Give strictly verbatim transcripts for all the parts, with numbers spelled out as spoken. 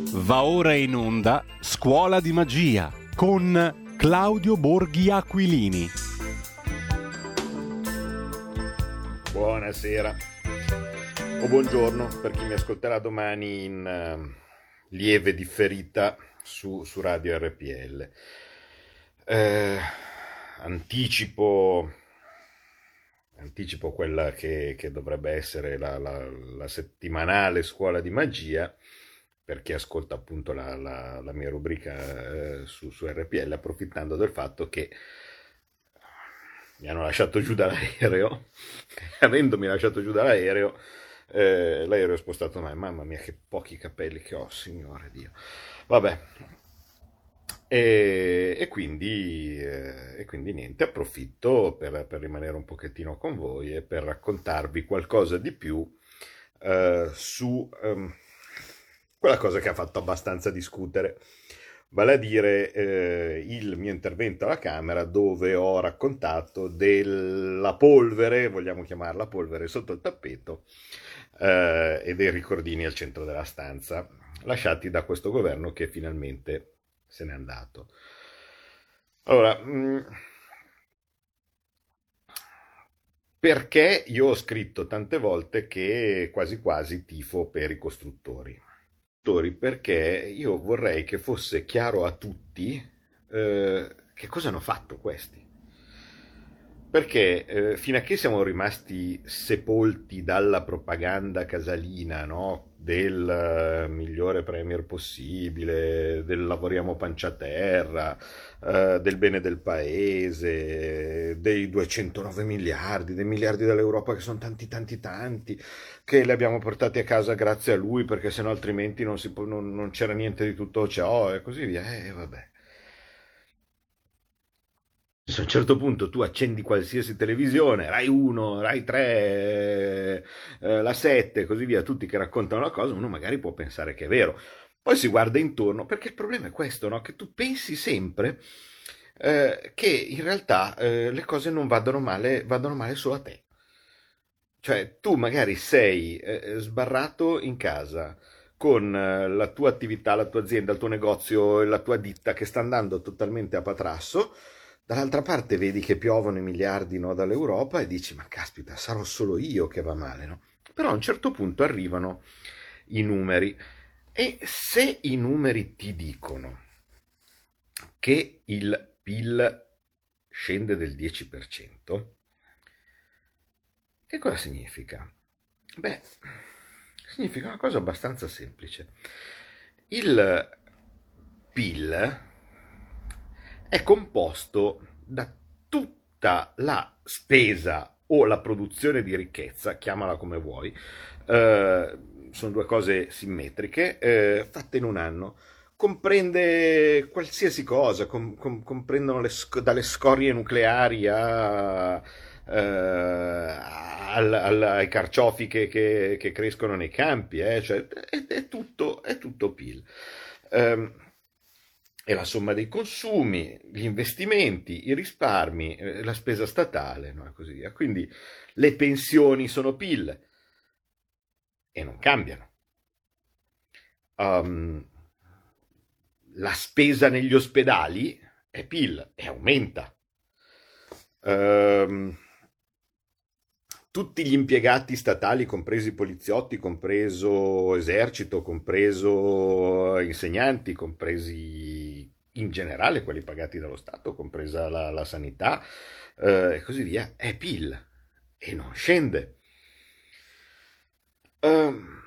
Va ora in onda Scuola di Magia con Claudio Borghi Aquilini. Buonasera o buongiorno per chi mi ascolterà domani in uh, lieve differita su, su Radio R P L. Eh, anticipo, anticipo quella che, che dovrebbe essere la, la, la settimanale Scuola di Magia, per chi ascolta appunto la, la, la mia rubrica eh, su, su R P L, approfittando del fatto che mi hanno lasciato giù dall'aereo, avendomi lasciato giù dall'aereo, eh, l'aereo è spostato mai, mamma mia che pochi capelli che ho, signore Dio, vabbè, e, e, quindi, eh, e quindi niente, approfitto per, per rimanere un pochettino con voi e per raccontarvi qualcosa di più eh, su... Um, quella cosa che ha fatto abbastanza discutere, vale a dire eh, il mio intervento alla Camera, dove ho raccontato della polvere, vogliamo chiamarla polvere, sotto il tappeto eh, e dei ricordini al centro della stanza, lasciati da questo governo che finalmente se n'è andato. Allora, mh, perché io ho scritto tante volte che quasi quasi tifo per i costruttori? Perché io vorrei che fosse chiaro a tutti eh, che cosa hanno fatto questi. Perché eh, fino a che siamo rimasti sepolti dalla propaganda casalina, no? Del uh, migliore premier possibile, del lavoriamo pancia a terra, uh, del bene del paese, dei duecentonove miliardi, dei miliardi dell'Europa che sono tanti tanti tanti, che li abbiamo portati a casa grazie a lui perché sennò altrimenti non, si può, non, non c'era niente di tutto ciò e così via, e eh, vabbè. Se a un certo punto tu accendi qualsiasi televisione, Rai uno, Rai tre, eh, la sette, così via, tutti che raccontano la cosa, uno magari può pensare che è vero. Poi si guarda intorno, perché il problema è questo, no? Che tu pensi sempre eh, che in realtà eh, le cose non vadano male, vadano male solo a te. Cioè, tu magari sei eh, sbarrato in casa con eh, la tua attività, la tua azienda, il tuo negozio, la tua ditta che sta andando totalmente a patrasso. Dall'altra parte vedi che piovono i miliardi, no, dall'Europa e dici, ma caspita, sarò solo io che va male, no? Però a un certo punto arrivano i numeri e se i numeri ti dicono che il P I L scende del dieci per cento, che cosa significa? Beh, significa una cosa abbastanza semplice. Il P I L è composto da tutta la spesa o la produzione di ricchezza, chiamala come vuoi, eh, sono due cose simmetriche, eh, fatte in un anno. Comprende qualsiasi cosa, com- com- comprendono le sc- dalle scorie nucleari a, eh, al- al- ai carciofi che, che- che crescono nei campi, eh, cioè, è, è tutto, è tutto P I L. Um, è la somma dei consumi, gli investimenti, i risparmi, eh, la spesa statale, no? E così via. Quindi le pensioni sono P I L e non cambiano. Um, la spesa negli ospedali è P I L e aumenta. Um, tutti gli impiegati statali, compresi i poliziotti, compreso esercito, compreso insegnanti, compresi in generale quelli pagati dallo Stato, compresa la, la sanità eh, e così via, è P I L e non scende. Um,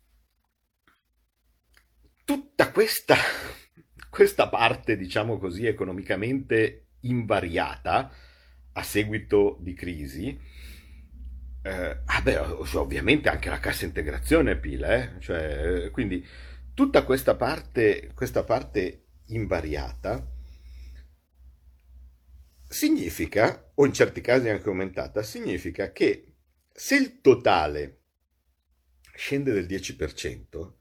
tutta questa, questa parte, diciamo così, economicamente invariata a seguito di crisi, Eh, ah beh, ovviamente anche la cassa integrazione è P I L, eh? Cioè, quindi tutta questa parte, questa parte invariata significa, o in certi casi anche aumentata, significa che se il totale scende del dieci per cento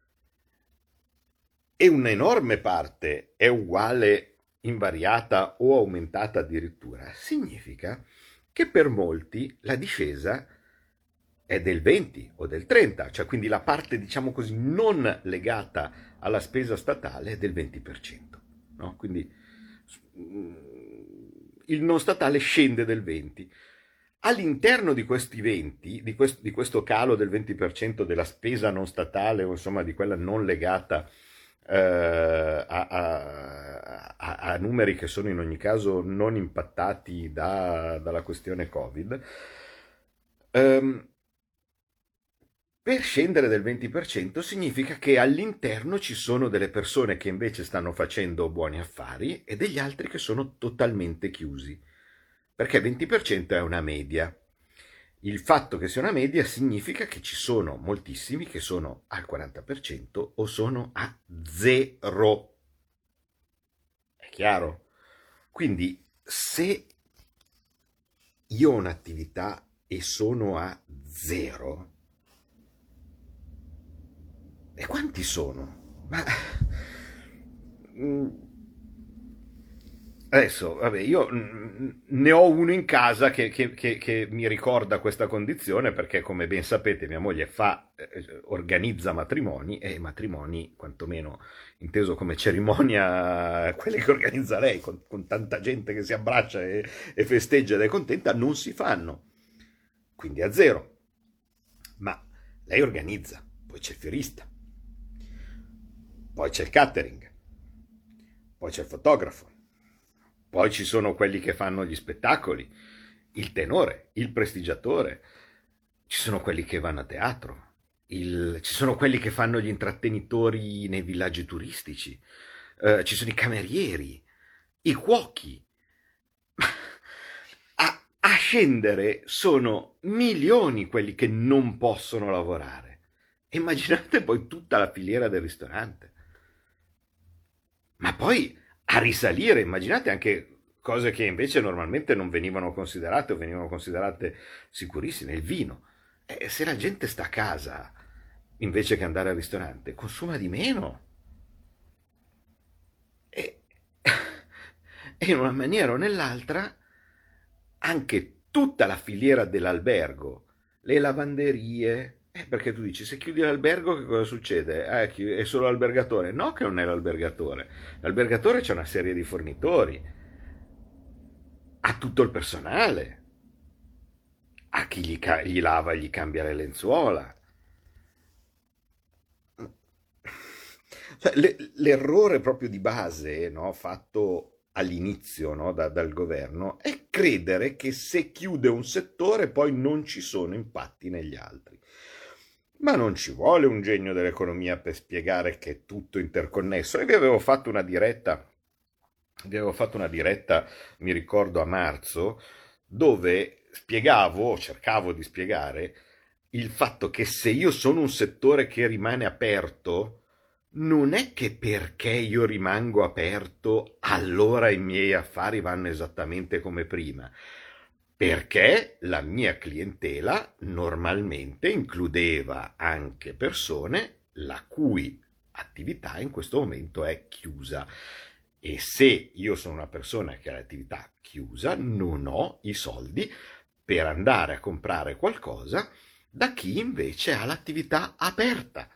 e un'enorme parte è uguale, invariata o aumentata addirittura, significa che per molti la discesa è del venti o del trenta, cioè quindi la parte, diciamo così, non legata alla spesa statale è del venti per cento, no? Quindi il non statale scende del venti per cento. All'interno di questi venti, di questo, di questo calo del venti per cento della spesa non statale, o insomma di quella non legata eh, a, a, a, a numeri che sono in ogni caso non impattati da, dalla questione Covid, ehm, per scendere del venti per cento significa che all'interno ci sono delle persone che invece stanno facendo buoni affari e degli altri che sono totalmente chiusi. Perché venti per cento è una media. Il fatto che sia una media significa che ci sono moltissimi che sono al quaranta per cento o sono a zero. È chiaro? Quindi se io ho un'attività e sono a zero, e quanti sono? Ma adesso, vabbè, io ne ho uno in casa che, che, che, che mi ricorda questa condizione perché, come ben sapete, mia moglie fa, eh, organizza matrimoni e matrimoni, quantomeno inteso come cerimonia, quelle che organizza lei, con, con tanta gente che si abbraccia e, e festeggia ed è contenta, non si fanno. Quindi a zero. Ma lei organizza, poi c'è il fiorista, poi c'è il catering, poi c'è il fotografo, poi ci sono quelli che fanno gli spettacoli, il tenore, il prestigiatore, ci sono quelli che vanno a teatro, il... ci sono quelli che fanno gli intrattenitori nei villaggi turistici, eh, ci sono i camerieri, i cuochi. A, a scendere sono milioni quelli che non possono lavorare. Immaginate poi tutta la filiera del ristorante. Ma poi a risalire, immaginate anche cose che invece normalmente non venivano considerate o venivano considerate sicurissime, il vino. E se la gente sta a casa invece che andare al ristorante, consuma di meno. E, e in una maniera o nell'altra anche tutta la filiera dell'albergo, le lavanderie. Eh, perché tu dici, se chiudi l'albergo che cosa succede? Eh, è solo l'albergatore? No, che non è l'albergatore. L'albergatore c'è una serie di fornitori, ha tutto il personale, a chi gli, ca- gli lava e gli cambia le lenzuola. Cioè, le- l'errore proprio di base, no, fatto all'inizio, no, da- dal governo è credere che se chiude un settore poi non ci sono impatti negli altri. Ma non ci vuole un genio dell'economia per spiegare che è tutto interconnesso. E vi avevo fatto una diretta, vi avevo fatto una diretta, mi ricordo a marzo, dove spiegavo, o cercavo di spiegare, il fatto che se io sono un settore che rimane aperto, non è che perché io rimango aperto, allora i miei affari vanno esattamente come prima. Perché la mia clientela normalmente includeva anche persone la cui attività in questo momento è chiusa. E se io sono una persona che ha l'attività chiusa, non ho i soldi per andare a comprare qualcosa da chi invece ha l'attività aperta.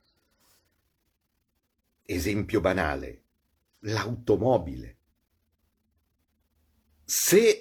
Esempio banale, l'automobile. Se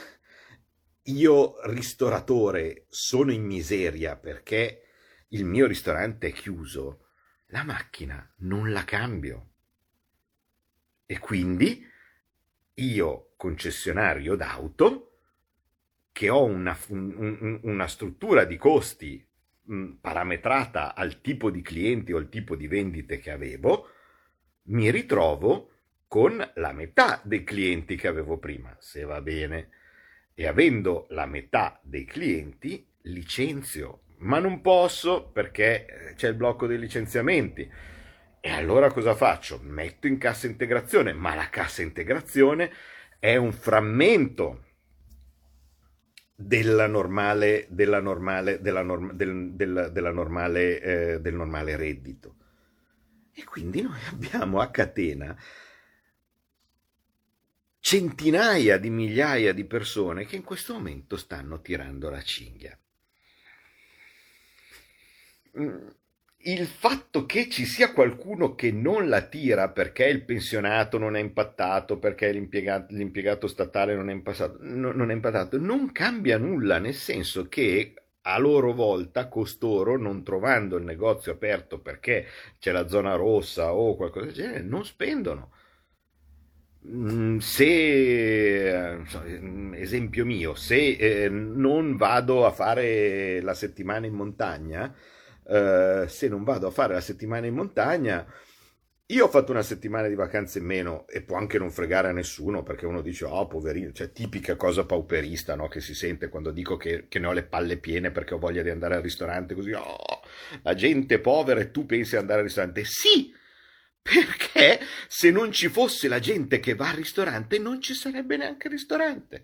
io ristoratore sono in miseria perché il mio ristorante è chiuso, la macchina non la cambio. E quindi io, concessionario d'auto, che ho una, un, una struttura di costi mh, parametrata al tipo di clienti o al tipo di vendite che avevo, mi ritrovo con la metà dei clienti che avevo prima, se va bene. E avendo la metà dei clienti, licenzio, ma non posso perché c'è il blocco dei licenziamenti. E allora cosa faccio? Metto in cassa integrazione, ma la cassa integrazione è un frammento della normale, della normale, della norm, del, del, della normale, eh, del normale reddito. E quindi noi abbiamo a catena centinaia di migliaia di persone che in questo momento stanno tirando la cinghia. il fatto che ci sia qualcuno che non la tira perché il pensionato non è impattato, perché l'impiegato, l'impiegato statale non è, impassato, no, non è impattato, non cambia nulla, nel senso che a loro volta costoro, non trovando il negozio aperto perché c'è la zona rossa o qualcosa del genere, non spendono. Se, esempio mio, se eh, non vado a fare la settimana in montagna, eh, se non vado a fare la settimana in montagna, io ho fatto una settimana di vacanze in meno e può anche non fregare a nessuno perché uno dice, oh poverino, cioè tipica cosa pauperista, no? Che si sente quando dico che, che ne ho le palle piene perché ho voglia di andare al ristorante, così, oh, la gente è povera e tu pensi ad andare al ristorante. Sì! Perché se non ci fosse la gente che va al ristorante non ci sarebbe neanche il ristorante.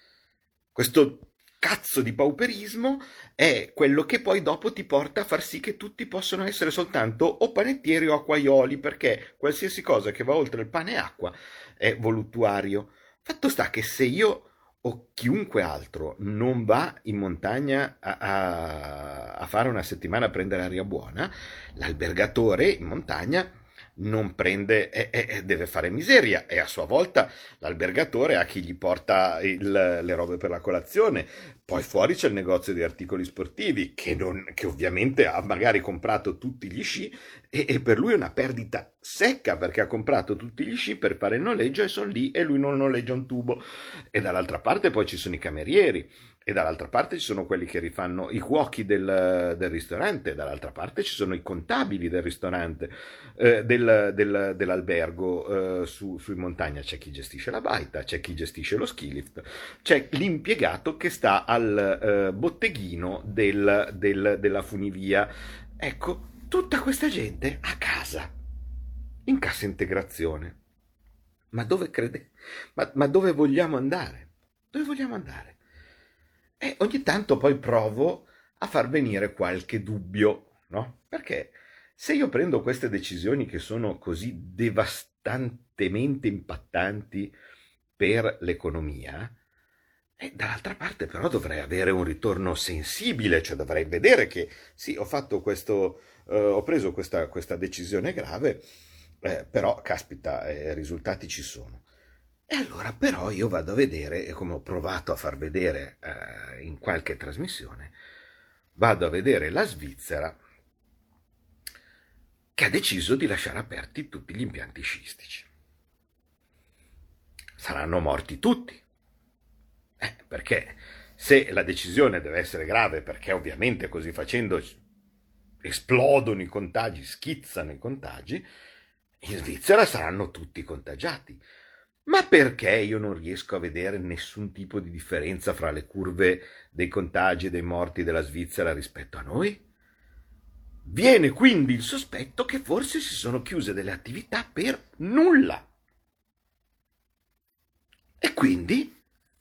Questo cazzo di pauperismo è quello che poi dopo ti porta a far sì che tutti possano essere soltanto o panettieri o acquaioli, perché qualsiasi cosa che va oltre il pane e acqua è voluttuario. Fatto sta che se io o chiunque altro non va in montagna a, a, a fare una settimana a prendere aria buona, l'albergatore in montagna non prende e, e deve fare miseria, e a sua volta l'albergatore ha chi gli porta il, le robe per la colazione. Poi fuori c'è il negozio di articoli sportivi che, non, che ovviamente ha magari comprato tutti gli sci e, e per lui è una perdita secca perché ha comprato tutti gli sci per fare il noleggio e sono lì e lui non noleggia un tubo. E dall'altra parte poi ci sono i camerieri, e dall'altra parte ci sono quelli che rifanno i cuochi del, del ristorante, dall'altra parte ci sono i contabili del ristorante, eh, del, del, dell'albergo eh, su, su in montagna. C'è chi gestisce la baita, c'è chi gestisce lo ski lift, c'è l'impiegato che sta al eh, botteghino del, del, della funivia. Ecco, tutta questa gente a casa, in cassa integrazione. Ma dove crede? Ma, ma dove vogliamo andare? Dove vogliamo andare? E ogni tanto poi provo a far venire qualche dubbio, no? Perché se io prendo queste decisioni che sono così devastantemente impattanti per l'economia, e dall'altra parte però dovrei avere un ritorno sensibile, cioè dovrei vedere che sì, ho fatto questo, eh, ho preso questa, questa decisione grave, eh, però caspita, i eh, risultati ci sono. E allora però io vado a vedere, e come ho provato a far vedere eh, in qualche trasmissione, vado a vedere la Svizzera che ha deciso di lasciare aperti tutti gli impianti sciistici. Saranno morti tutti. Eh, perché se la decisione deve essere grave, perché ovviamente così facendo esplodono i contagi, schizzano i contagi, in Svizzera saranno tutti contagiati. Ma perché io non riesco a vedere nessun tipo di differenza fra le curve dei contagi e dei morti della Svizzera rispetto a noi? Viene quindi il sospetto che forse si sono chiuse delle attività per nulla. E quindi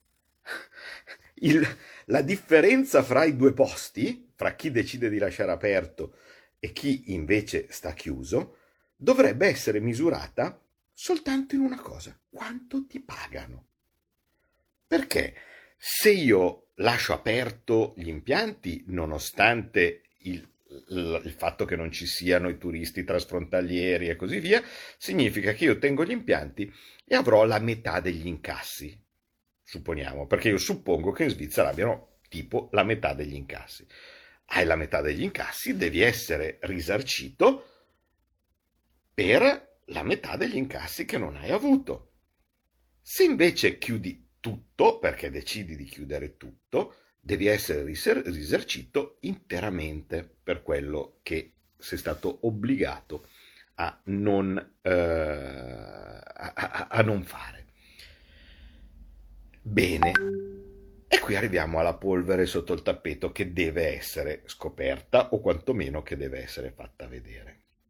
il, la differenza fra i due posti, fra chi decide di lasciare aperto e chi invece sta chiuso, dovrebbe essere misurata soltanto in una cosa: quanto ti pagano. Perché se io lascio aperto gli impianti, nonostante il, il fatto che non ci siano i turisti trasfrontalieri e così via, significa che io tengo gli impianti e avrò la metà degli incassi, supponiamo, perché io suppongo che in Svizzera abbiano tipo la metà degli incassi. Hai la metà degli incassi, devi essere risarcito per la metà degli incassi che non hai avuto. Se invece chiudi tutto, perché decidi di chiudere tutto, devi essere riser- risarcito interamente per quello che sei stato obbligato a non, eh, a, a, a non fare. Bene, e qui arriviamo alla polvere sotto il tappeto che deve essere scoperta, o quantomeno che deve essere fatta vedere.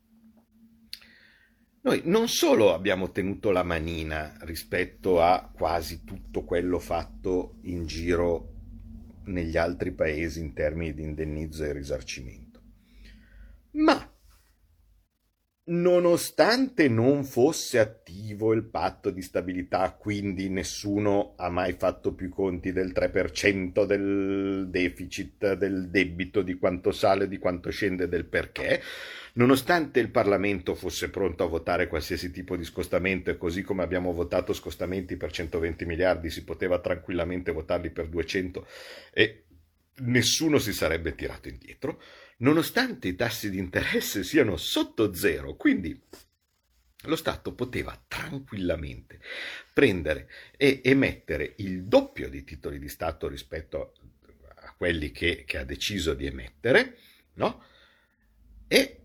Noi non solo abbiamo tenuto la manina rispetto a quasi tutto quello fatto in giro negli altri paesi in termini di indennizzo e risarcimento, ma nonostante non fosse attivo il patto di stabilità, quindi nessuno ha mai fatto più conti del tre per cento del deficit, del debito, di quanto sale, di quanto scende, del perché, nonostante il Parlamento fosse pronto a votare qualsiasi tipo di scostamento, e così come abbiamo votato scostamenti per centoventi miliardi, si poteva tranquillamente votarli per duecento e nessuno si sarebbe tirato indietro, nonostante i tassi di interesse siano sotto zero, quindi lo Stato poteva tranquillamente prendere e emettere il doppio di titoli di Stato rispetto a quelli che, che ha deciso di emettere, no? E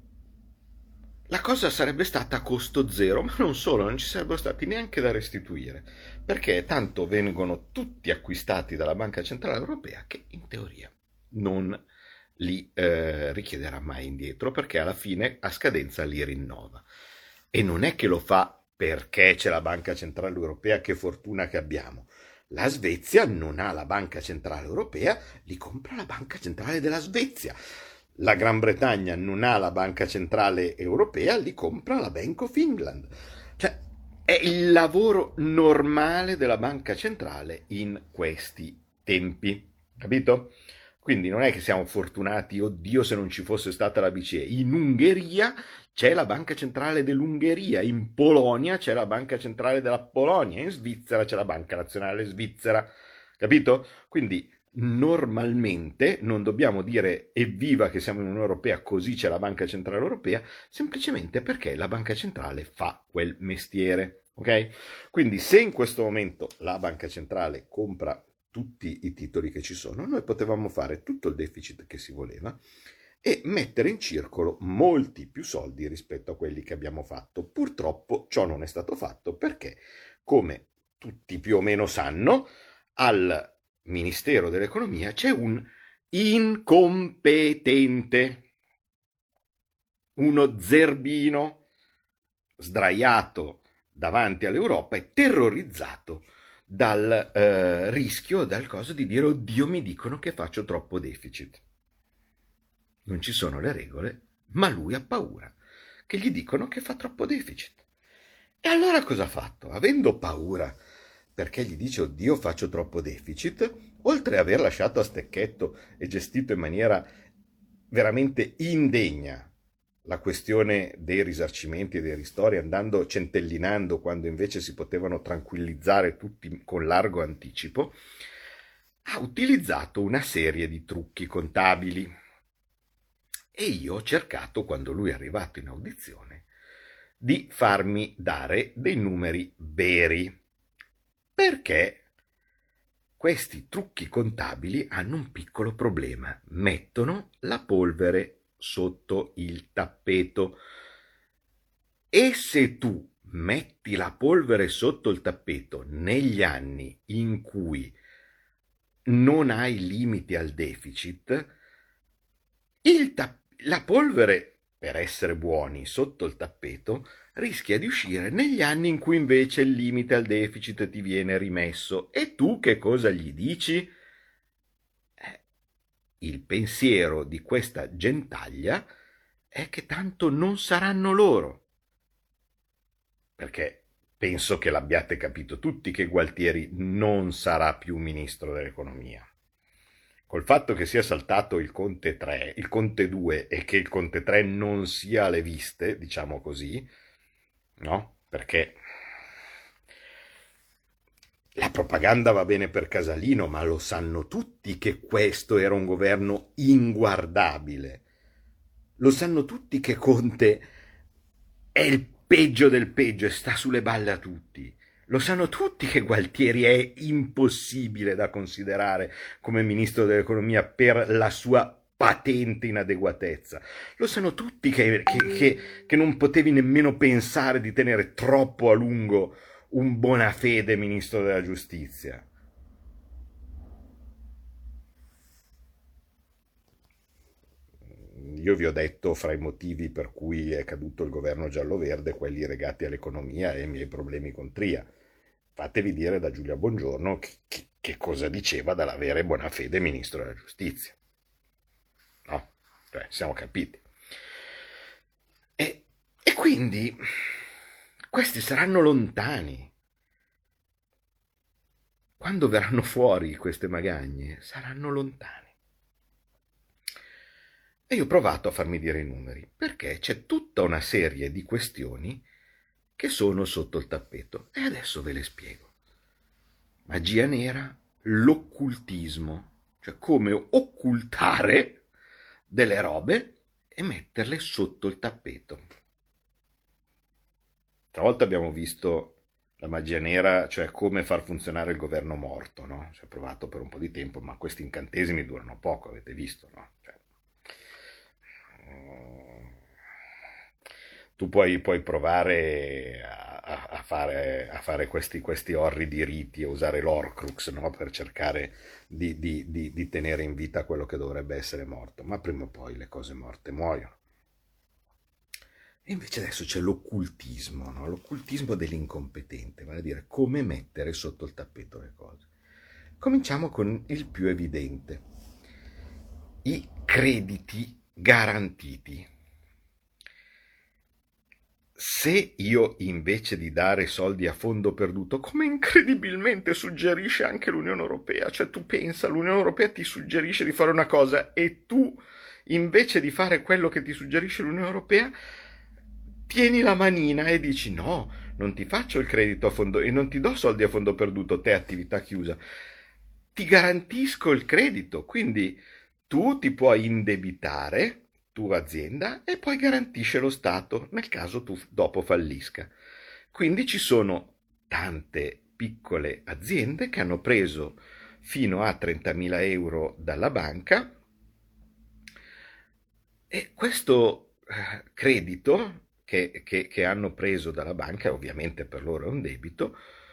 la cosa sarebbe stata a costo zero, ma non solo, non ci sarebbero stati neanche da restituire, perché tanto vengono tutti acquistati dalla Banca Centrale Europea che in teoria non li eh, richiederà mai indietro, perché alla fine a scadenza li rinnova. E non è che lo fa perché c'è la Banca Centrale Europea, che fortuna che abbiamo. La Svezia non ha la Banca Centrale Europea, li compra la Banca Centrale della Svezia. La Gran Bretagna non ha la Banca Centrale Europea, li compra la Bank of England. Cioè, è il lavoro normale della Banca Centrale in questi tempi, capito? Quindi non è che siamo fortunati, oddio se non ci fosse stata la B C E. In Ungheria c'è la Banca Centrale dell'Ungheria, in Polonia c'è la Banca Centrale della Polonia, in Svizzera c'è la Banca Nazionale Svizzera, capito? Quindi normalmente non dobbiamo dire evviva che siamo in Unione Europea, così c'è la Banca Centrale Europea, semplicemente perché la Banca Centrale fa quel mestiere, ok? Quindi se in questo momento la Banca Centrale compra tutti i titoli che ci sono, noi potevamo fare tutto il deficit che si voleva e mettere in circolo molti più soldi rispetto a quelli che abbiamo fatto. Purtroppo ciò non è stato fatto perché, come tutti più o meno sanno, al Ministero dell'Economia c'è un incompetente, uno zerbino sdraiato davanti all'Europa e terrorizzato dal eh, rischio, dal coso di dire oddio mi dicono che faccio troppo deficit. Non ci sono le regole, ma lui ha paura che gli dicono che fa troppo deficit. E allora cosa ha fatto? Avendo paura perché gli dice oddio faccio troppo deficit, oltre ad aver lasciato a stecchetto e gestito in maniera veramente indegna la questione dei risarcimenti e dei ristori, andando centellinando quando invece si potevano tranquillizzare tutti con largo anticipo, ha utilizzato una serie di trucchi contabili. E io ho cercato, quando lui è arrivato in audizione, di farmi dare dei numeri veri, perché questi trucchi contabili hanno un piccolo problema: mettono la polvere sotto il tappeto. E se tu metti la polvere sotto il tappeto negli anni in cui non hai limiti al deficit, il ta- la polvere, per essere buoni, sotto il tappeto rischia di uscire negli anni in cui invece il limite al deficit ti viene rimesso. E tu che cosa gli dici? Eh, il pensiero di questa gentaglia è che tanto non saranno loro. Perché penso che l'abbiate capito tutti che Gualtieri non sarà più ministro dell'economia. Col fatto che sia saltato il Conte tre, il Conte due e che il Conte tre non sia alle viste, diciamo così, no? Perché la propaganda va bene per Casalino, ma lo sanno tutti che questo era un governo inguardabile. Lo sanno tutti che Conte è il peggio del peggio e sta sulle balle a tutti. Lo sanno tutti che Gualtieri è impossibile da considerare come ministro dell'economia per la sua patente inadeguatezza. Lo sanno tutti che, che, che, che non potevi nemmeno pensare di tenere troppo a lungo un Bonafede ministro della giustizia. Io vi ho detto fra i motivi per cui è caduto il governo giallo-verde quelli legati all'economia e ai miei problemi con Tria. Fatevi dire da Giulia Bongiorno che, che, che cosa diceva dall'avere Bonafede ministro della giustizia. No? Cioè, siamo capiti. E, E quindi questi saranno lontani. Quando verranno fuori queste magagne, saranno lontani. E io ho provato a farmi dire i numeri, perché c'è tutta una serie di questioni che sono sotto il tappeto. E adesso ve le spiego. Magia nera, l'occultismo, cioè come occultare delle robe e metterle sotto il tappeto. Stavolta abbiamo visto la magia nera, cioè come far funzionare il governo morto, no? Ci ho provato per un po' di tempo, ma questi incantesimi durano poco, avete visto, no? Cioè, tu puoi, puoi provare a, a, fare, a fare questi, questi orridi riti, a usare l'Orcrux, no? Per cercare di, di, di, di tenere in vita quello che dovrebbe essere morto, ma prima o poi le cose morte muoiono. E invece adesso c'è l'occultismo, no? L'occultismo dell'incompetente, vale a dire come mettere sotto il tappeto le cose. Cominciamo con il più evidente, i crediti garantiti. Se io invece di dare soldi a fondo perduto, come incredibilmente suggerisce anche l'Unione Europea, cioè tu pensa, l'Unione Europea ti suggerisce di fare una cosa e tu invece di fare quello che ti suggerisce l'Unione Europea tieni la manina e dici no, non ti faccio il credito a fondo e non ti do soldi a fondo perduto, te attività chiusa, ti garantisco il credito, quindi tu ti puoi indebitare, tua azienda, e poi garantisce lo Stato nel caso tu dopo fallisca. Quindi ci sono tante piccole aziende che hanno preso fino a trentamila euro dalla banca e questo credito che, che, che hanno preso dalla banca, ovviamente per loro è un debito,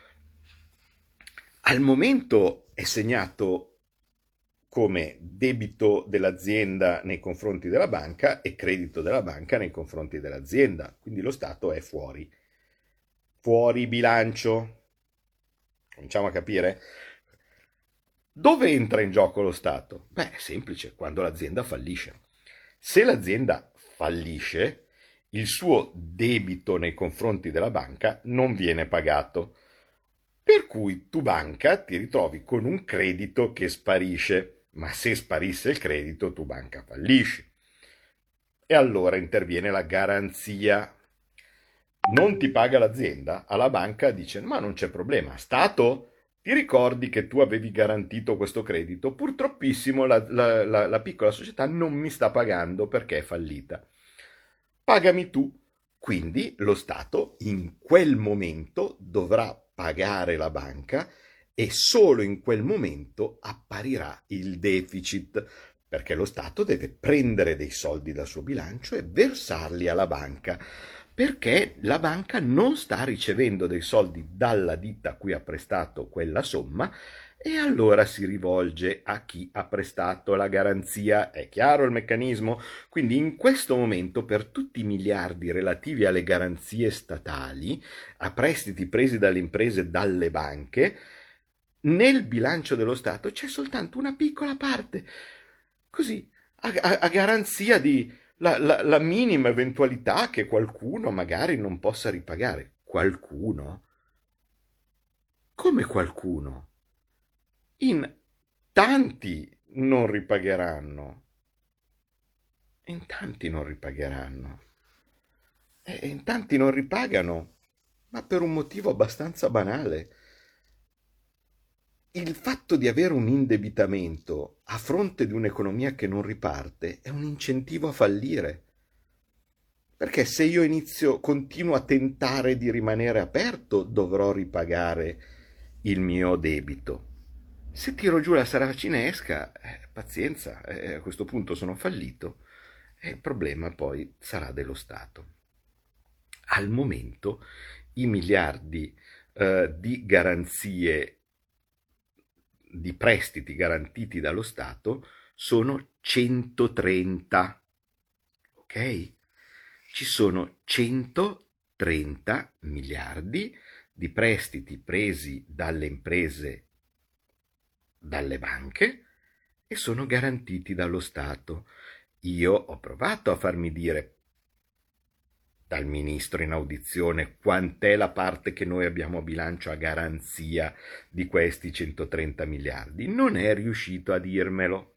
al momento è segnato come debito dell'azienda nei confronti della banca e credito della banca nei confronti dell'azienda. Quindi lo Stato è fuori. Fuori bilancio. Cominciamo a capire? Dove entra in gioco lo Stato? Beh, è semplice, quando l'azienda fallisce. Se l'azienda fallisce, il suo debito nei confronti della banca non viene pagato. Per cui tu banca ti ritrovi con un credito che sparisce. Ma se sparisse il credito, tu banca fallisci. E allora interviene la garanzia. Non ti paga l'azienda, alla banca dice, ma non c'è problema. Stato, ti ricordi che tu avevi garantito questo credito? Purtroppissimo la, la, la, la piccola società non mi sta pagando perché è fallita. Pagami tu. Quindi lo Stato in quel momento dovrà pagare la banca e solo in quel momento apparirà il deficit, perché lo Stato deve prendere dei soldi dal suo bilancio e versarli alla banca, perché la banca non sta ricevendo dei soldi dalla ditta a cui ha prestato quella somma e allora si rivolge a chi ha prestato la garanzia. È chiaro il meccanismo? Quindi in questo momento per tutti i miliardi relativi alle garanzie statali, a prestiti presi dalle imprese e dalle banche, nel bilancio dello Stato c'è soltanto una piccola parte, così, a, a, a garanzia di la, la, la minima eventualità che qualcuno magari non possa ripagare. Qualcuno? Come qualcuno? In tanti non ripagheranno. In tanti non ripagheranno. E in tanti non ripagano, ma per un motivo abbastanza banale. Il fatto di avere un indebitamento a fronte di un'economia che non riparte è un incentivo a fallire. Perché se io inizio, continuo a tentare di rimanere aperto, dovrò ripagare il mio debito. Se tiro giù la saracinesca, eh, pazienza, eh, a questo punto sono fallito e il problema poi sarà dello Stato. Al momento i miliardi eh, di garanzie di prestiti garantiti dallo Stato sono centotrenta, ok? Ci sono centotrenta miliardi di prestiti presi dalle imprese, dalle banche e sono garantiti dallo Stato. Io ho provato a farmi dire dal ministro in audizione quant'è la parte che noi abbiamo a bilancio a garanzia di questi centotrenta miliardi. Non è riuscito a dirmelo.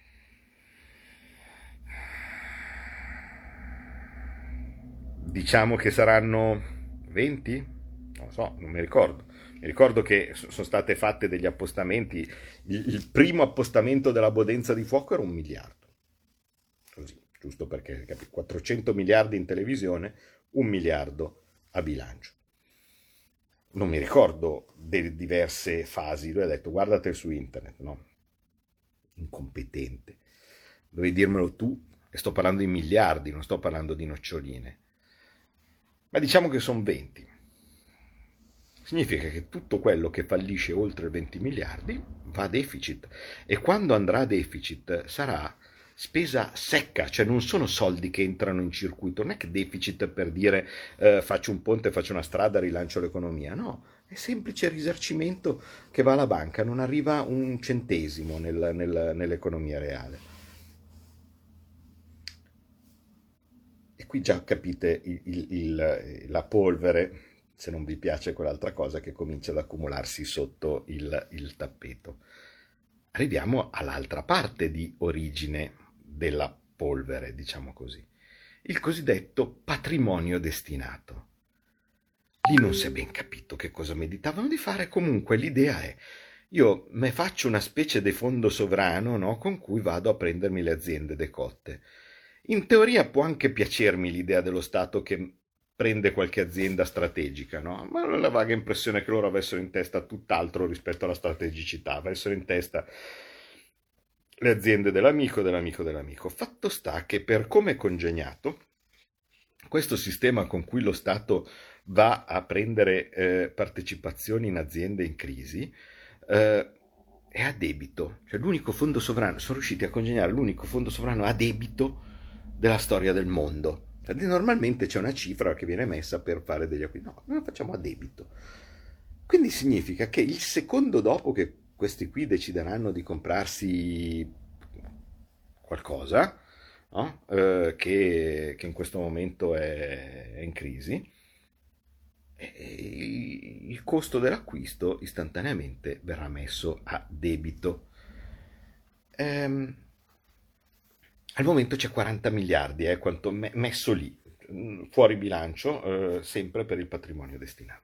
Diciamo che saranno venti? Non lo so, non mi ricordo. Mi ricordo che sono state fatte degli appostamenti. Il, il primo appostamento della Bodenza di Fuoco era un miliardo. Così, giusto perché capi, quattrocento miliardi in televisione, un miliardo a bilancio. Non mi ricordo delle diverse fasi. Lui ha detto guardate su internet, no? Incompetente. Dovevi dirmelo tu, e sto parlando di miliardi, non sto parlando di noccioline. Ma diciamo che sono venti. Significa che tutto quello che fallisce oltre venti miliardi va a deficit, e quando andrà a deficit sarà spesa secca, cioè non sono soldi che entrano in circuito, non è che deficit per dire eh, faccio un ponte, faccio una strada, rilancio l'economia, no, è semplice risarcimento che va alla banca, non arriva un centesimo nel, nel, nell'economia reale. E qui già capite il, il, il, la polvere, se non vi piace quell'altra cosa, che comincia ad accumularsi sotto il, il tappeto. Arriviamo all'altra parte di origine della polvere, diciamo così, il cosiddetto patrimonio destinato. Lì non si è ben capito che cosa meditavano di fare, comunque l'idea è, io me faccio una specie di fondo sovrano, no, con cui vado a prendermi le aziende decotte. In teoria può anche piacermi l'idea dello Stato che prende qualche azienda strategica, no? Ma ho la vaga impressione che loro avessero in testa tutt'altro rispetto alla strategicità, avessero in testa le aziende dell'amico, dell'amico, dell'amico. Fatto sta che per come è congegnato, questo sistema con cui lo Stato va a prendere eh, partecipazioni in aziende in crisi eh, è a debito. Cioè l'unico fondo sovrano, sono riusciti a congegnare l'unico fondo sovrano a debito della storia del mondo. Normalmente c'è una cifra che viene messa per fare degli acquisti, no, noi lo facciamo a debito. Quindi significa che il secondo dopo che questi qui decideranno di comprarsi qualcosa, no? eh, che, che in questo momento è, è in crisi, e il costo dell'acquisto istantaneamente verrà messo a debito. Ehm, Al momento c'è quaranta miliardi, eh, quanto me- messo lì, fuori bilancio, eh, sempre per il patrimonio destinato.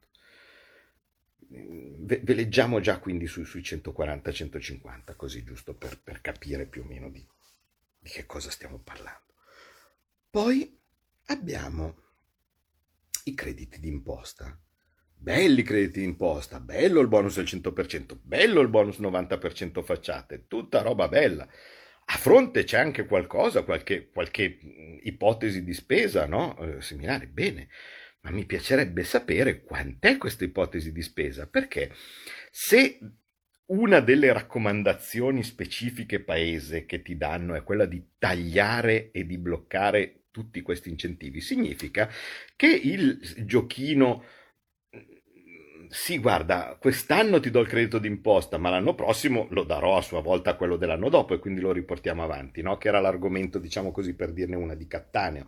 Ve- veleggiamo già quindi su- sui centoquaranta centocinquanta, così giusto per, per capire più o meno di, di che cosa stiamo parlando. Poi abbiamo i crediti d'imposta. Belli crediti d'imposta, bello il bonus del cento per cento, bello il bonus novanta per cento facciate, tutta roba bella. A fronte c'è anche qualcosa, qualche, qualche ipotesi di spesa, no? Eh, seminare, bene, ma mi piacerebbe sapere quant'è questa ipotesi di spesa, perché se una delle raccomandazioni specifiche paese che ti danno è quella di tagliare e di bloccare tutti questi incentivi, significa che il giochino... Sì, guarda, quest'anno ti do il credito d'imposta, ma l'anno prossimo lo darò a sua volta a quello dell'anno dopo, e quindi lo riportiamo avanti, no? Che era l'argomento, diciamo così, per dirne una, di Cattaneo.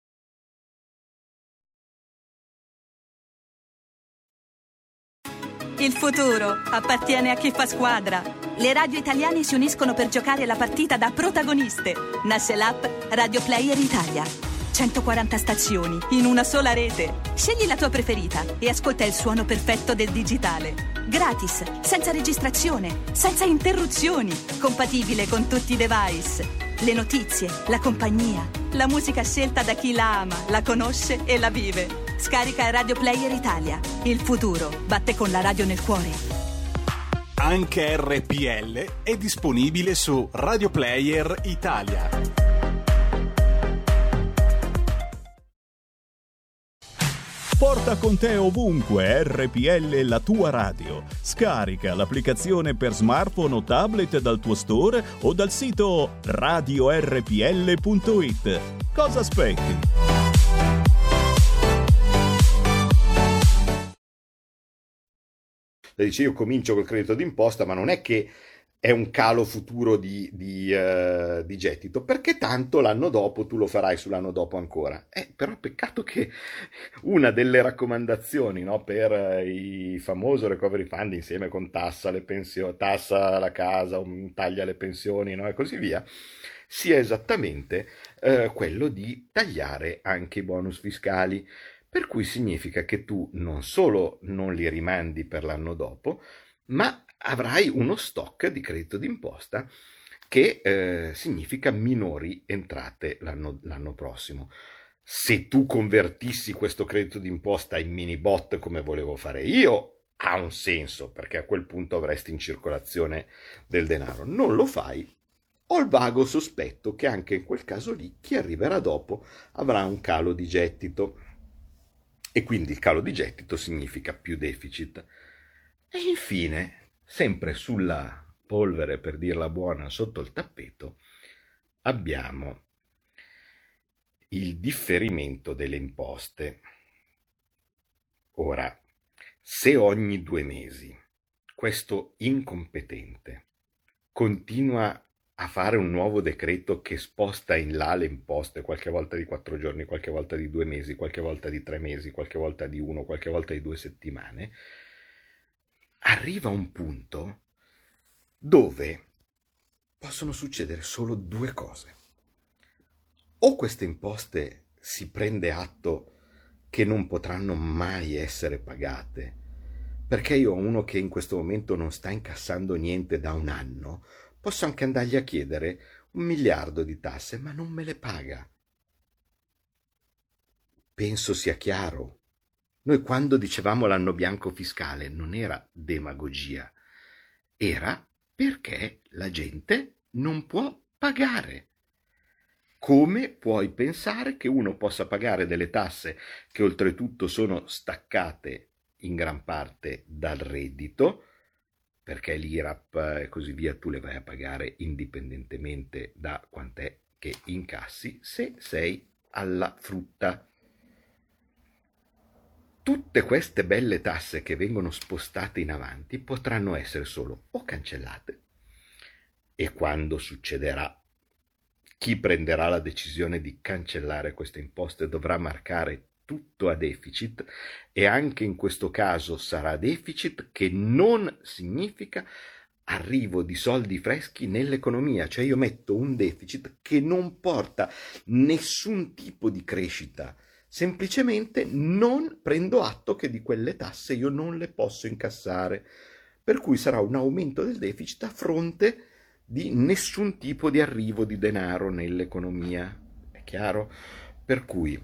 Il futuro appartiene a chi fa squadra. Le radio italiane si uniscono per giocare la partita da protagoniste. Nasce l'app Radio Player Italia. centoquaranta stazioni in una sola rete. Scegli la tua preferita e ascolta il suono perfetto del digitale. Gratis, senza registrazione, senza interruzioni. Compatibile con tutti i device. Le notizie, la compagnia, la musica scelta da chi la ama, la conosce e la vive. Scarica Radio Player Italia. Il futuro batte con la radio nel cuore. Anche R P L è disponibile su Radio Player Italia. Porta con te ovunque R P L, la tua radio. Scarica l'applicazione per smartphone o tablet dal tuo store o dal sito radio r p l punto i t. Cosa aspetti? Le dice io comincio col credito d'imposta, ma non è che è un calo futuro di, di, uh, di gettito, perché tanto l'anno dopo tu lo farai sull'anno dopo ancora. Eh, però peccato che una delle raccomandazioni, no, per uh, il famoso recovery fund, insieme con tassa le pensioni, tassa la casa, un taglia le pensioni, no, e così via, sia esattamente uh, quello di tagliare anche i bonus fiscali, per cui significa che tu non solo non li rimandi per l'anno dopo, ma avrai uno stock di credito d'imposta che eh, significa minori entrate l'anno, l'anno prossimo. Se tu convertissi questo credito d'imposta in mini bot come volevo fare io, ha un senso, perché a quel punto avresti in circolazione del denaro. Non lo fai, ho il vago sospetto che anche in quel caso lì chi arriverà dopo avrà un calo di gettito, e quindi il calo di gettito significa più deficit. E infine, sempre sulla polvere, per dirla buona, sotto il tappeto, abbiamo il differimento delle imposte. Ora, se ogni due mesi questo incompetente continua a fare un nuovo decreto che sposta in là le imposte, qualche volta di quattro giorni, qualche volta di due mesi, qualche volta di tre mesi, qualche volta di uno, qualche volta di due settimane, arriva un punto dove possono succedere solo due cose. O queste imposte si prende atto che non potranno mai essere pagate, perché io ho uno che in questo momento non sta incassando niente da un anno, posso anche andargli a chiedere un miliardo di tasse, ma non me le paga. Penso sia chiaro. Noi quando dicevamo l'anno bianco fiscale non era demagogia, era perché la gente non può pagare. Come puoi pensare che uno possa pagare delle tasse che oltretutto sono staccate in gran parte dal reddito, perché l'I R A P e così via tu le vai a pagare indipendentemente da quant'è che incassi, se sei alla frutta? Tutte queste belle tasse che vengono spostate in avanti potranno essere solo o cancellate, e quando succederà, chi prenderà la decisione di cancellare queste imposte dovrà marcare tutto a deficit, e anche in questo caso sarà deficit che non significa arrivo di soldi freschi nell'economia, cioè io metto un deficit che non porta nessun tipo di crescita, semplicemente non prendo atto che di quelle tasse io non le posso incassare, per cui sarà un aumento del deficit a fronte di nessun tipo di arrivo di denaro nell'economia. È chiaro? Per cui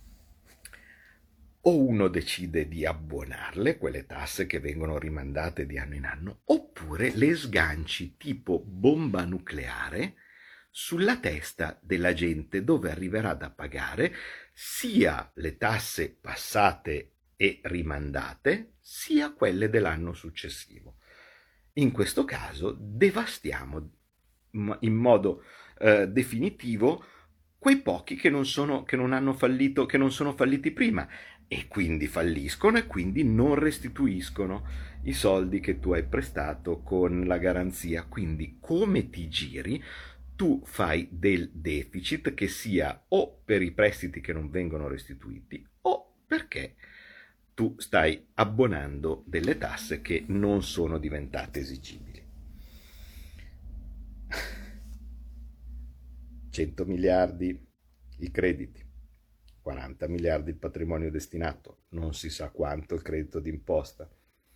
o uno decide di abbonarle, quelle tasse che vengono rimandate di anno in anno, oppure le sganci tipo bomba nucleare sulla testa della gente, dove arriverà da pagare sia le tasse passate e rimandate, sia quelle dell'anno successivo. In questo caso devastiamo in modo eh, definitivo quei pochi che non sono, che non hanno fallito, che non sono falliti prima, e quindi falliscono e quindi non restituiscono i soldi che tu hai prestato con la garanzia. Quindi come ti giri, tu fai del deficit, che sia o per i prestiti che non vengono restituiti o perché tu stai abbonando delle tasse che non sono diventate esigibili. cento miliardi i crediti, quaranta miliardi il patrimonio destinato, non si sa quanto il credito d'imposta.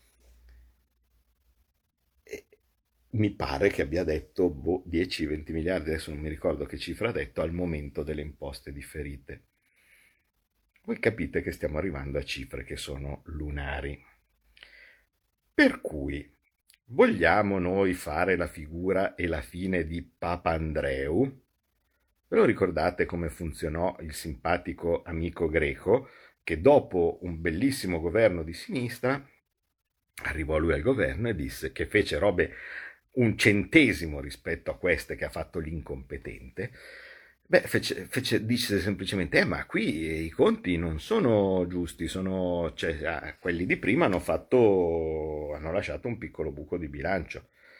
E mi pare che abbia detto boh, dieci venti miliardi, adesso non mi ricordo che cifra ha detto, al momento delle imposte differite. Voi capite che stiamo arrivando a cifre che sono lunari. Per cui vogliamo noi fare la figura e la fine di Papandreou? Ve lo ricordate come funzionò il simpatico amico greco, che dopo un bellissimo governo di sinistra arrivò lui al governo e disse che fece robe un centesimo rispetto a queste che ha fatto l'incompetente? Beh, fece, fece, dice semplicemente, eh, ma qui i conti non sono giusti, sono, cioè, quelli di prima hanno fatto, hanno lasciato un piccolo buco di bilancio.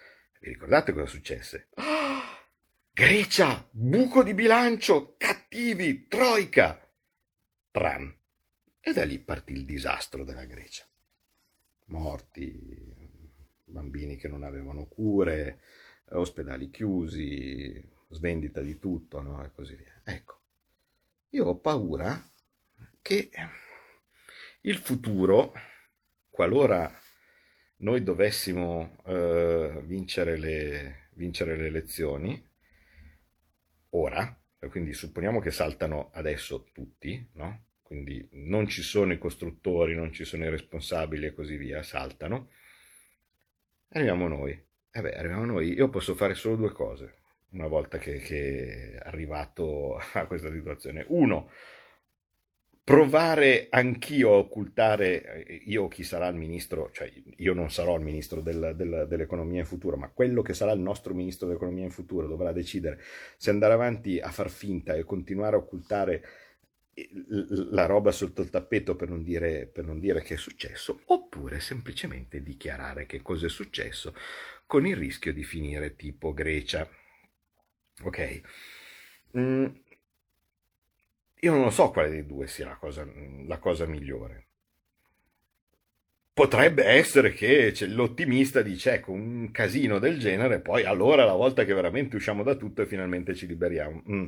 Vi ricordate cosa successe? Oh, Grecia, buco di bilancio, cattivi, troica, tran. E da lì partì il disastro della Grecia. Morti, bambini che non avevano cure, ospedali chiusi, svendita di tutto, no? E così via. Ecco, io ho paura che il futuro, qualora noi dovessimo eh, vincere, le, vincere le elezioni, ora, quindi supponiamo che saltano adesso tutti, no? Quindi non ci sono i costruttori, non ci sono i responsabili e così via, saltano, arriviamo noi. Eh beh, arriviamo noi, io posso fare solo due cose una volta che, che è arrivato a questa situazione. Uno, provare anch'io a occultare, io chi sarà il ministro, cioè io non sarò il ministro del, del, dell'economia in futuro, ma quello che sarà il nostro ministro dell'economia in futuro dovrà decidere se andare avanti a far finta e continuare a occultare la roba sotto il tappeto per non dire, per non dire che è successo, oppure semplicemente dichiarare che cosa è successo, con il rischio di finire tipo Grecia. Ok? Mm. Io non lo so quale dei due sia la cosa, la cosa migliore. Potrebbe essere che c'è l'ottimista dice, ecco, un casino del genere, poi allora la volta che veramente usciamo da tutto e finalmente ci liberiamo. Mm.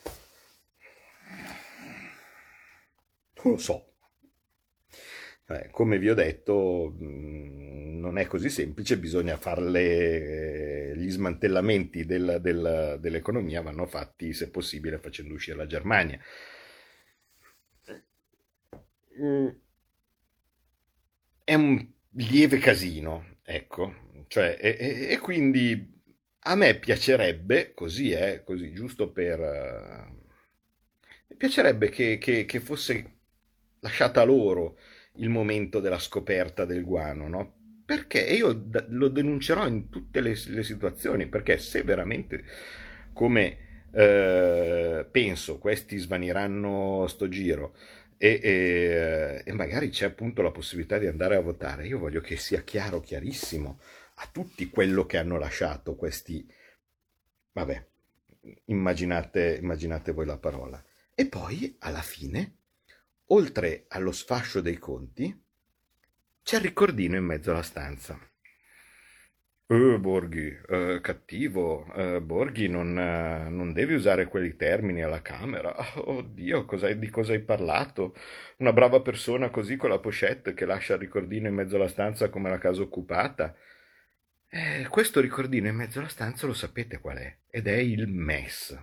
Non lo so. Eh, come vi ho detto, mh, non è così semplice, bisogna farle, gli smantellamenti del, del, dell'economia vanno fatti, se possibile, facendo uscire la Germania. È un lieve casino, ecco, cioè, e, e, e quindi a me piacerebbe, così è, così, giusto per... Uh, piacerebbe che, che, che fosse lasciata loro il momento della scoperta del guano, no? Perché e io d- lo denuncerò in tutte le, le situazioni, perché se veramente, come eh, penso, questi svaniranno sto giro e, e, e magari c'è appunto la possibilità di andare a votare, io voglio che sia chiaro, chiarissimo a tutti quello che hanno lasciato questi, vabbè, immaginate, immaginate voi la parola. E poi, alla fine, oltre allo sfascio dei conti, c'è il ricordino in mezzo alla stanza. Eh, Borghi, eh, cattivo, eh, Borghi, non, eh, non devi usare quei termini alla Camera. Oh, oddio, cosa, di cosa hai parlato? Una brava persona così con la pochette che lascia il ricordino in mezzo alla stanza come la casa occupata. Eh, questo ricordino in mezzo alla stanza lo sapete qual è? Ed è il M E S.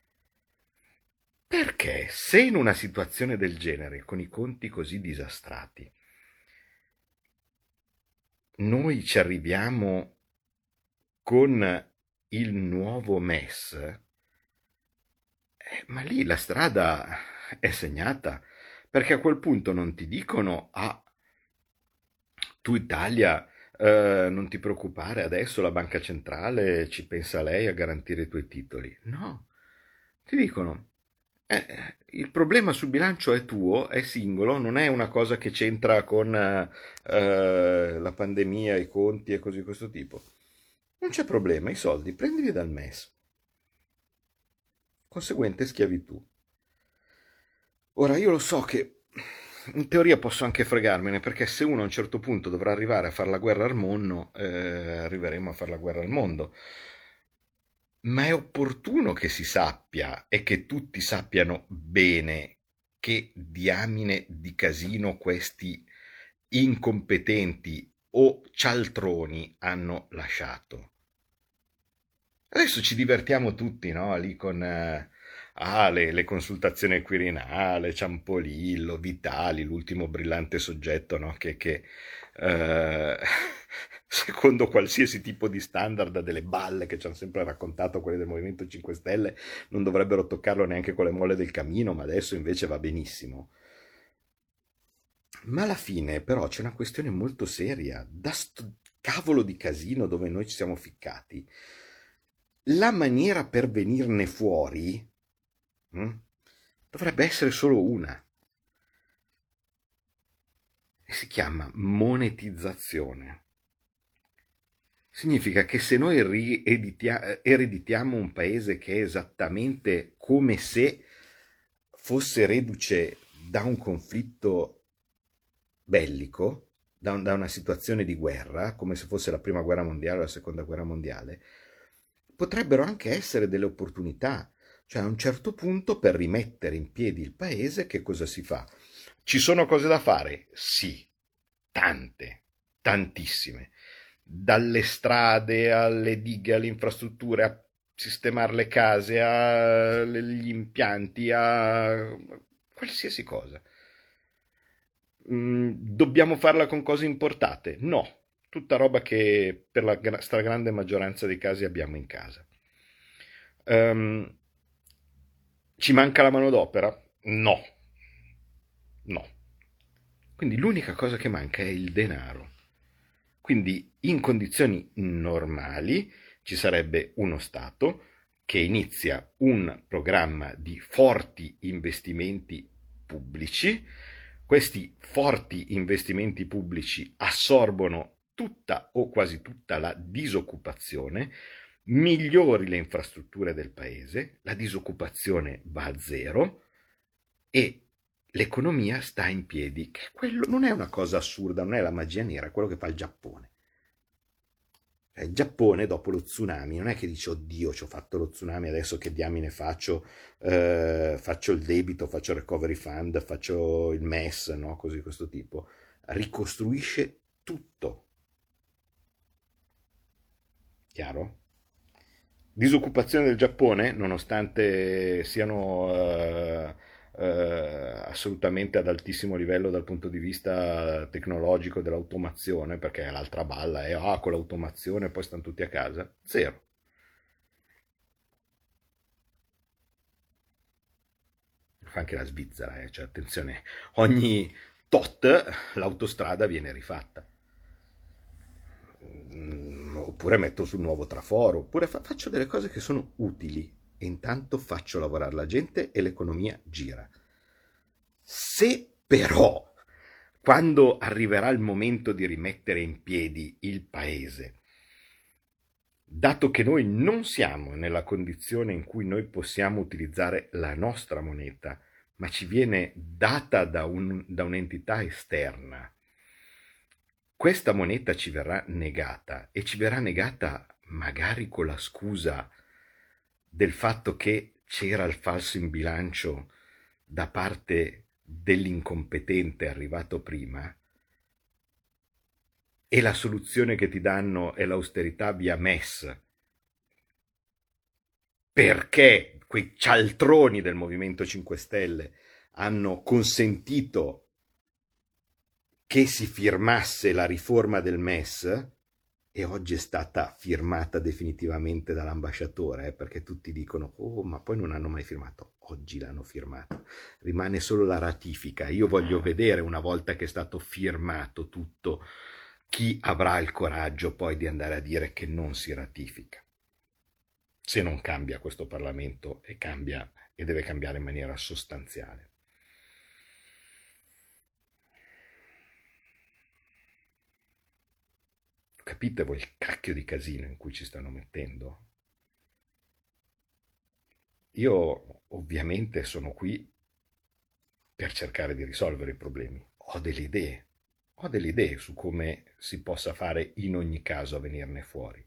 Perché se in una situazione del genere, con i conti così disastrati, noi ci arriviamo con il nuovo M E S, eh, ma lì la strada è segnata, perché a quel punto non ti dicono, ah, tu Italia, eh, non ti preoccupare, adesso la banca centrale ci pensa lei a garantire i tuoi titoli. No, ti dicono, Eh, il problema sul bilancio è tuo, è singolo, non è una cosa che c'entra con eh, la pandemia, i conti e così di questo tipo. Non c'è problema, i soldi prendili dal M E S. Conseguente schiavitù. Ora io lo so che in teoria posso anche fregarmene, perché se uno a un certo punto dovrà arrivare a fare la guerra al mondo, eh, arriveremo a fare la guerra al mondo. Ma è opportuno che si sappia e che tutti sappiano bene che diamine di casino questi incompetenti o cialtroni hanno lasciato. Adesso ci divertiamo tutti, no? Lì con eh, ah, le, le consultazioni al Quirinale, Ciampolillo, Vitali, l'ultimo brillante soggetto, no? Che... che eh, secondo qualsiasi tipo di standard delle balle che ci hanno sempre raccontato quelli del Movimento cinque Stelle, non dovrebbero toccarlo neanche con le molle del camino, ma adesso invece va benissimo. Ma alla fine però c'è una questione molto seria, da sto cavolo di casino dove noi ci siamo ficcati, la maniera per venirne fuori hm, dovrebbe essere solo una, e si chiama monetizzazione. significa che se noi rieditia- ereditiamo un paese che è esattamente come se fosse reduce da un conflitto bellico, da, un, da una situazione di guerra, come se fosse la prima guerra mondiale o la seconda guerra mondiale, potrebbero anche essere delle opportunità. Cioè a un certo punto, per rimettere in piedi il paese, che cosa si fa? Ci sono cose da fare? Sì, tante, tantissime. Dalle strade alle dighe, alle infrastrutture, a sistemare le case, agli impianti, a qualsiasi cosa. Mm, dobbiamo farla con cose importate? No, tutta roba che per la stragrande maggioranza dei casi abbiamo in casa. Um, ci manca la manodopera? No, no. Quindi l'unica cosa che manca è il denaro. Quindi in condizioni normali ci sarebbe uno Stato che inizia un programma di forti investimenti pubblici. Questi forti investimenti pubblici assorbono tutta o quasi tutta la disoccupazione, migliori le infrastrutture del paese, la disoccupazione va a zero e l'economia sta in piedi, che quello non è una cosa assurda, non è la magia nera, è quello che fa il Giappone. Il Giappone dopo lo tsunami non è che dice oddio ci ho fatto lo tsunami, adesso che diamine faccio, eh, faccio il debito, faccio il recovery fund, faccio il M E S, no? Così questo tipo, ricostruisce tutto. Chiaro? Disoccupazione del Giappone, nonostante siano eh, eh, assolutamente ad altissimo livello dal punto di vista tecnologico dell'automazione, perché l'altra balla è ah, con l'automazione poi stanno tutti a casa, zero. Fa anche la Svizzera, eh? Cioè, attenzione, ogni tot l'autostrada viene rifatta. Oppure metto sul nuovo traforo, oppure fa- faccio delle cose che sono utili e intanto faccio lavorare la gente e l'economia gira. Se però, quando arriverà il momento di rimettere in piedi il paese, dato che noi non siamo nella condizione in cui noi possiamo utilizzare la nostra moneta, ma ci viene data da, un, da un'entità esterna, questa moneta ci verrà negata e ci verrà negata magari con la scusa del fatto che c'era il falso in bilancio da parte dell'incompetente arrivato prima e la soluzione che ti danno è l'austerità via M E S, perché quei cialtroni del Movimento cinque Stelle hanno consentito che si firmasse la riforma del M E S e oggi è stata firmata definitivamente dall'ambasciatore, eh, perché tutti dicono oh ma poi non hanno mai firmato, oggi l'hanno firmato, rimane solo la ratifica. Io voglio vedere una volta che è stato firmato tutto chi avrà il coraggio poi di andare a dire che non si ratifica, se non cambia questo Parlamento e cambia e deve cambiare in maniera sostanziale. Capite voi il cacchio di casino in cui ci stanno mettendo? Io ovviamente sono qui per cercare di risolvere i problemi. Ho delle idee, ho delle idee su come si possa fare in ogni caso a venirne fuori.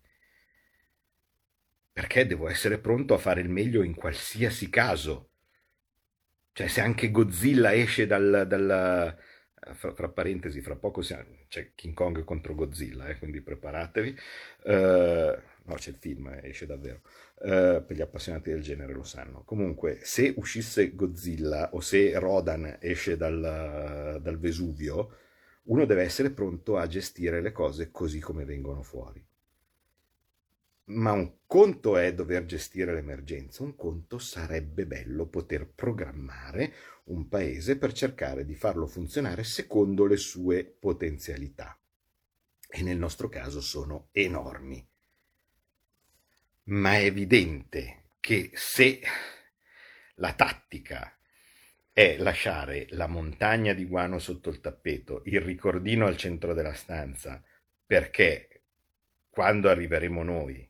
Perché devo essere pronto a fare il meglio in qualsiasi caso. Cioè se anche Godzilla esce dal... dal Fra, fra parentesi, fra poco siamo, c'è King Kong contro Godzilla, eh, quindi preparatevi. Uh, no, c'è il film, eh, esce davvero. Uh, per gli appassionati del genere lo sanno. Comunque, se uscisse Godzilla o se Rodan esce dal, dal Vesuvio, uno deve essere pronto a gestire le cose così come vengono fuori. Ma un conto è dover gestire l'emergenza, un conto sarebbe bello poter programmare un paese per cercare di farlo funzionare secondo le sue potenzialità. E nel nostro caso sono enormi. Ma è evidente che se la tattica è lasciare la montagna di guano sotto il tappeto, il ricordino al centro della stanza, perché quando arriveremo noi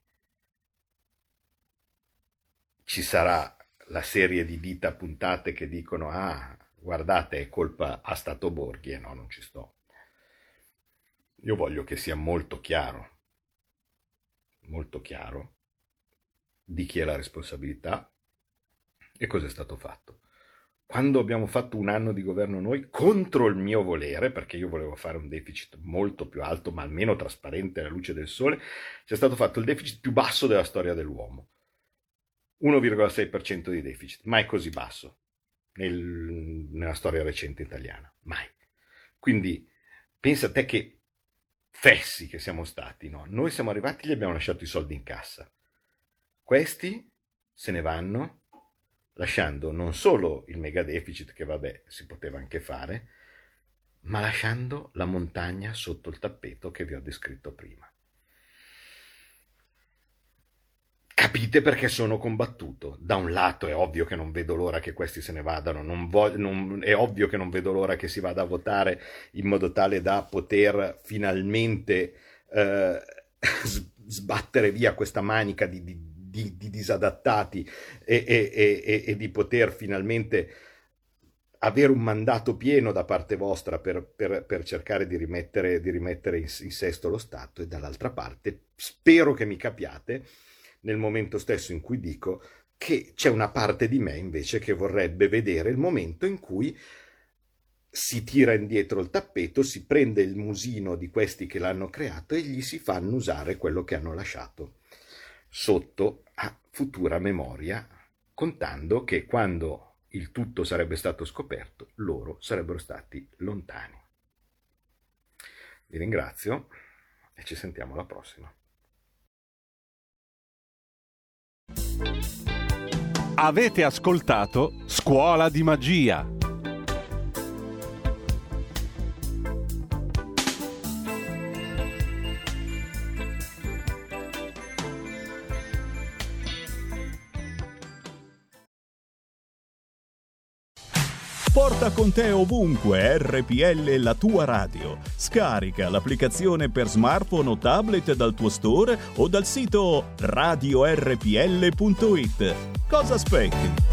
ci sarà la serie di dita puntate che dicono ah, guardate, è colpa a Stato Borghi, e no, non ci sto. Io voglio che sia molto chiaro, molto chiaro di chi è la responsabilità e cosa è stato fatto. Quando abbiamo fatto un anno di governo noi, contro il mio volere, perché io volevo fare un deficit molto più alto, ma almeno trasparente alla luce del sole, c'è stato fatto il deficit più basso della storia dell'uomo. uno virgola sei per cento di deficit, mai così basso nel, nella storia recente italiana, mai. Quindi pensa a te che fessi che siamo stati, no? Noi siamo arrivati e gli abbiamo lasciato i soldi in cassa. Questi se ne vanno lasciando non solo il mega deficit, che vabbè si poteva anche fare, ma lasciando la montagna sotto il tappeto che vi ho descritto prima. Capite perché sono combattuto? Da un lato è ovvio che non vedo l'ora che questi se ne vadano, non voglio, non, è ovvio che non vedo l'ora che si vada a votare in modo tale da poter finalmente eh, sbattere via questa manica di, di, di, di disadattati e, e, e, e di poter finalmente avere un mandato pieno da parte vostra per, per, per cercare di rimettere, di rimettere in, in sesto lo Stato, e dall'altra parte spero che mi capiate nel momento stesso in cui dico che c'è una parte di me invece che vorrebbe vedere il momento in cui si tira indietro il tappeto, si prende il musino di questi che l'hanno creato e gli si fa annusare quello che hanno lasciato sotto a futura memoria, contando che quando il tutto sarebbe stato scoperto, loro sarebbero stati lontani. Vi ringrazio e ci sentiamo alla prossima. Avete ascoltato Scuola di Magia. Porta con te ovunque R P L, la tua radio. Scarica l'applicazione per smartphone o tablet dal tuo store o dal sito radio r p l punto i t. Cosa aspetti?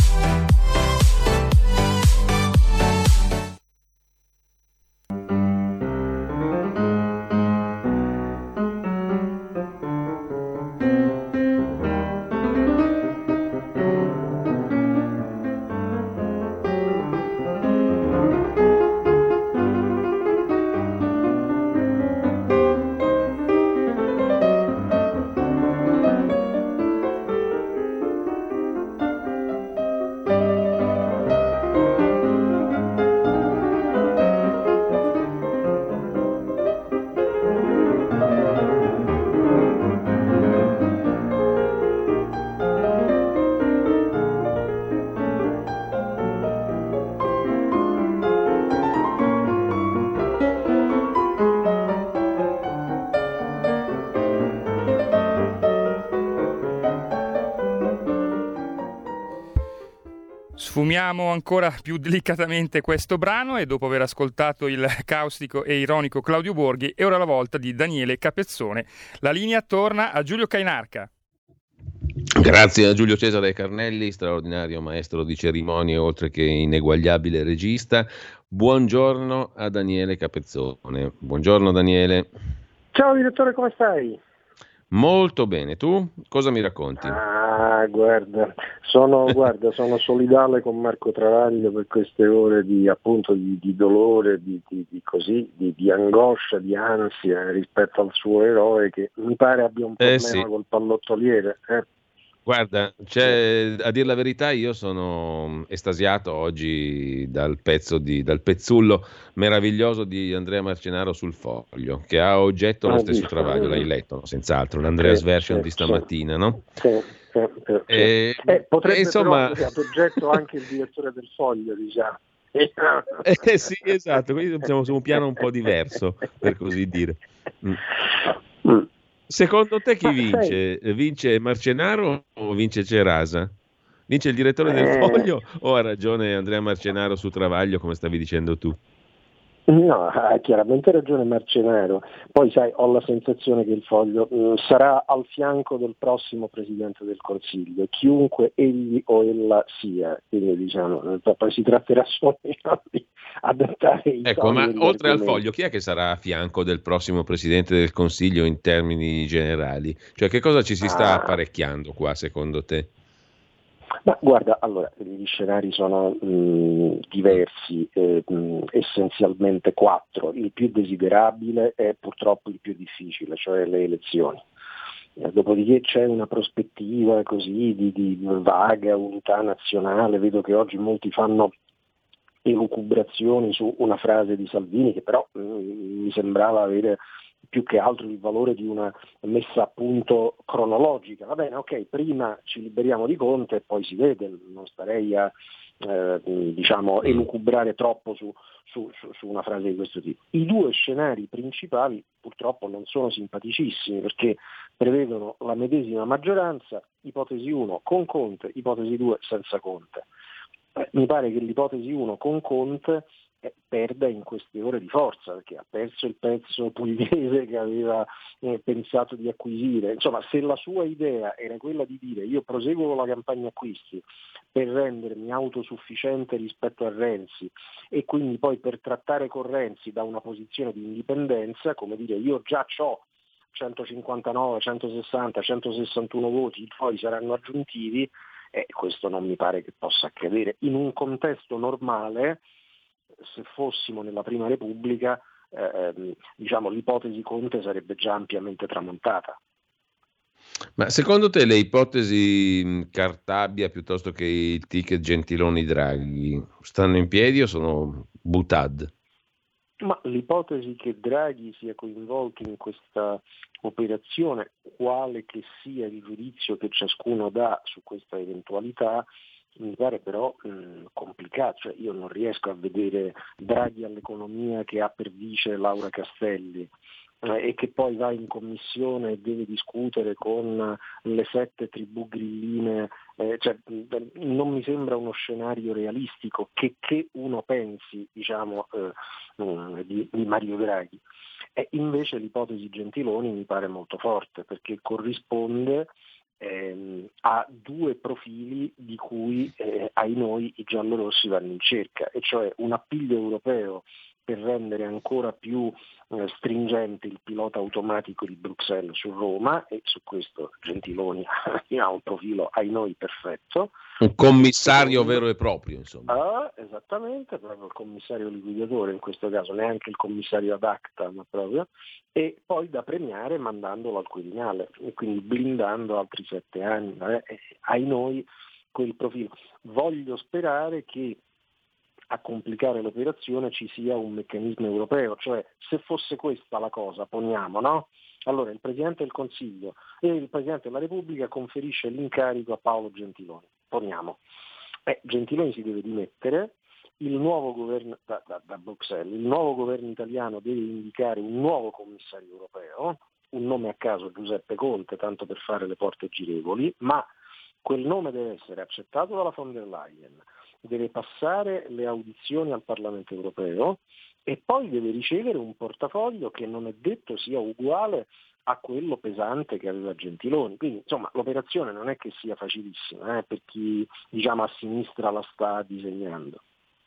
Sfumiamo ancora più delicatamente questo brano e dopo aver ascoltato il caustico e ironico Claudio Borghi è ora la volta di Daniele Capezzone. La linea torna a Giulio Cainarca. Grazie a Giulio Cesare Carnelli, straordinario maestro di cerimonie oltre che ineguagliabile regista. Buongiorno a Daniele Capezzone. Buongiorno Daniele. Ciao direttore, come stai? Molto bene, tu cosa mi racconti? Ah, guarda, sono, guarda, sono solidale con Marco Travaglio per queste ore di appunto di, di dolore, di, di, di così, di, di angoscia, di ansia rispetto al suo eroe che mi pare abbia un problema eh sì. col pallottoliere. Eh. Guarda, cioè, a dir la verità io sono estasiato oggi dal pezzo di, dal pezzullo meraviglioso di Andrea Marcenaro sul Foglio, che ha oggetto lo stesso Travaglio, l'hai letto, no? Senz'altro, l'Andreas sì, Version sì, di stamattina, sì. No? Sì, sì, sì, e, eh, potrebbe e insomma... però ad oggetto anche il direttore del Foglio, diciamo. Eh sì, esatto, quindi siamo su un piano un po' diverso, per così dire. Mm. Mm. Secondo te chi vince? Vince Marcenaro o vince Cerasa? Vince il direttore del Foglio o ha ragione Andrea Marcenaro su Travaglio, come stavi dicendo tu? No, ha chiaramente ragione Marcenaro. Poi sai, ho la sensazione che il Foglio mh, sarà al fianco del prossimo Presidente del Consiglio, chiunque egli o ella sia, quindi diciamo, poi si tratterà solo di adattare i Ecco, ma oltre al argomenti. Foglio, chi è che sarà a fianco del prossimo Presidente del Consiglio in termini generali? Cioè, che cosa ci si sta Ah. apparecchiando qua, secondo te? Ma guarda, allora, gli scenari sono mh, diversi, eh, mh, essenzialmente quattro. Il più desiderabile è purtroppo il più difficile, cioè le elezioni. Eh, dopodiché c'è una prospettiva così di, di vaga unità nazionale, vedo che oggi molti fanno elucubrazioni su una frase di Salvini che però mh, mi sembrava avere più che altro il valore di una messa a punto cronologica. Va bene, ok, prima ci liberiamo di Conte e poi si vede, non starei a eh, diciamo elucubrare troppo su, su, su, su una frase di questo tipo. I due scenari principali purtroppo non sono simpaticissimi perché prevedono la medesima maggioranza, ipotesi uno con Conte, ipotesi due senza Conte. Eh, mi pare che l'ipotesi uno con Conte eh, perda in queste ore di forza perché ha perso il pezzo pugliese che aveva eh, pensato di acquisire. Insomma, se la sua idea era quella di dire io proseguo con la campagna acquisti per rendermi autosufficiente rispetto a Renzi e quindi poi per trattare con Renzi da una posizione di indipendenza, come dire io già c'ho centocinquantanove, centosessanta, centosessantuno voti, poi saranno aggiuntivi, e questo non mi pare che possa accadere. In un contesto normale, se fossimo nella Prima Repubblica, eh, diciamo, l'ipotesi Conte sarebbe già ampiamente tramontata. Ma secondo te le ipotesi Cartabia piuttosto che il ticket Gentiloni-Draghi stanno in piedi o sono butad? Ma l'ipotesi che Draghi sia coinvolto in questa operazione, quale che sia il giudizio che ciascuno dà su questa eventualità, mi pare però mh, complicato. Cioè, io non riesco a vedere Draghi all'economia che ha per vice Laura Castelli eh, e che poi va in commissione e deve discutere con le sette tribù grilline, eh, cioè, non mi sembra uno scenario realistico che, che uno pensi diciamo, eh, di, di Mario Draghi. E invece l'ipotesi Gentiloni mi pare molto forte perché corrisponde ehm, a due profili di cui eh, ai noi i giallorossi vanno in cerca, e cioè un appiglio europeo per rendere ancora più eh, stringente il pilota automatico di Bruxelles su Roma, e su questo Gentiloni ha un profilo ai noi perfetto. Un commissario vero e proprio, insomma. Ah, esattamente, proprio il commissario liquidatore in questo caso, neanche il commissario ad acta, ma proprio, e poi da premiare mandandolo al Quirinale, e quindi blindando altri sette anni, eh, ai noi quel profilo. Voglio sperare che a complicare l'operazione ci sia un meccanismo europeo, cioè se fosse questa la cosa, poniamo, no? Allora il Presidente del Consiglio e il Presidente della Repubblica conferisce l'incarico a Paolo Gentiloni, poniamo. Eh, Gentiloni si deve dimettere, il nuovo governo da, da, da Bruxelles, il nuovo governo italiano deve indicare un nuovo commissario europeo, un nome a caso Giuseppe Conte, tanto per fare le porte girevoli, ma quel nome deve essere accettato dalla von der Leyen, deve passare le audizioni al Parlamento europeo e poi deve ricevere un portafoglio che non è detto sia uguale a quello pesante che aveva Gentiloni. Quindi insomma l'operazione non è che sia facilissima eh, per chi diciamo a sinistra la sta disegnando.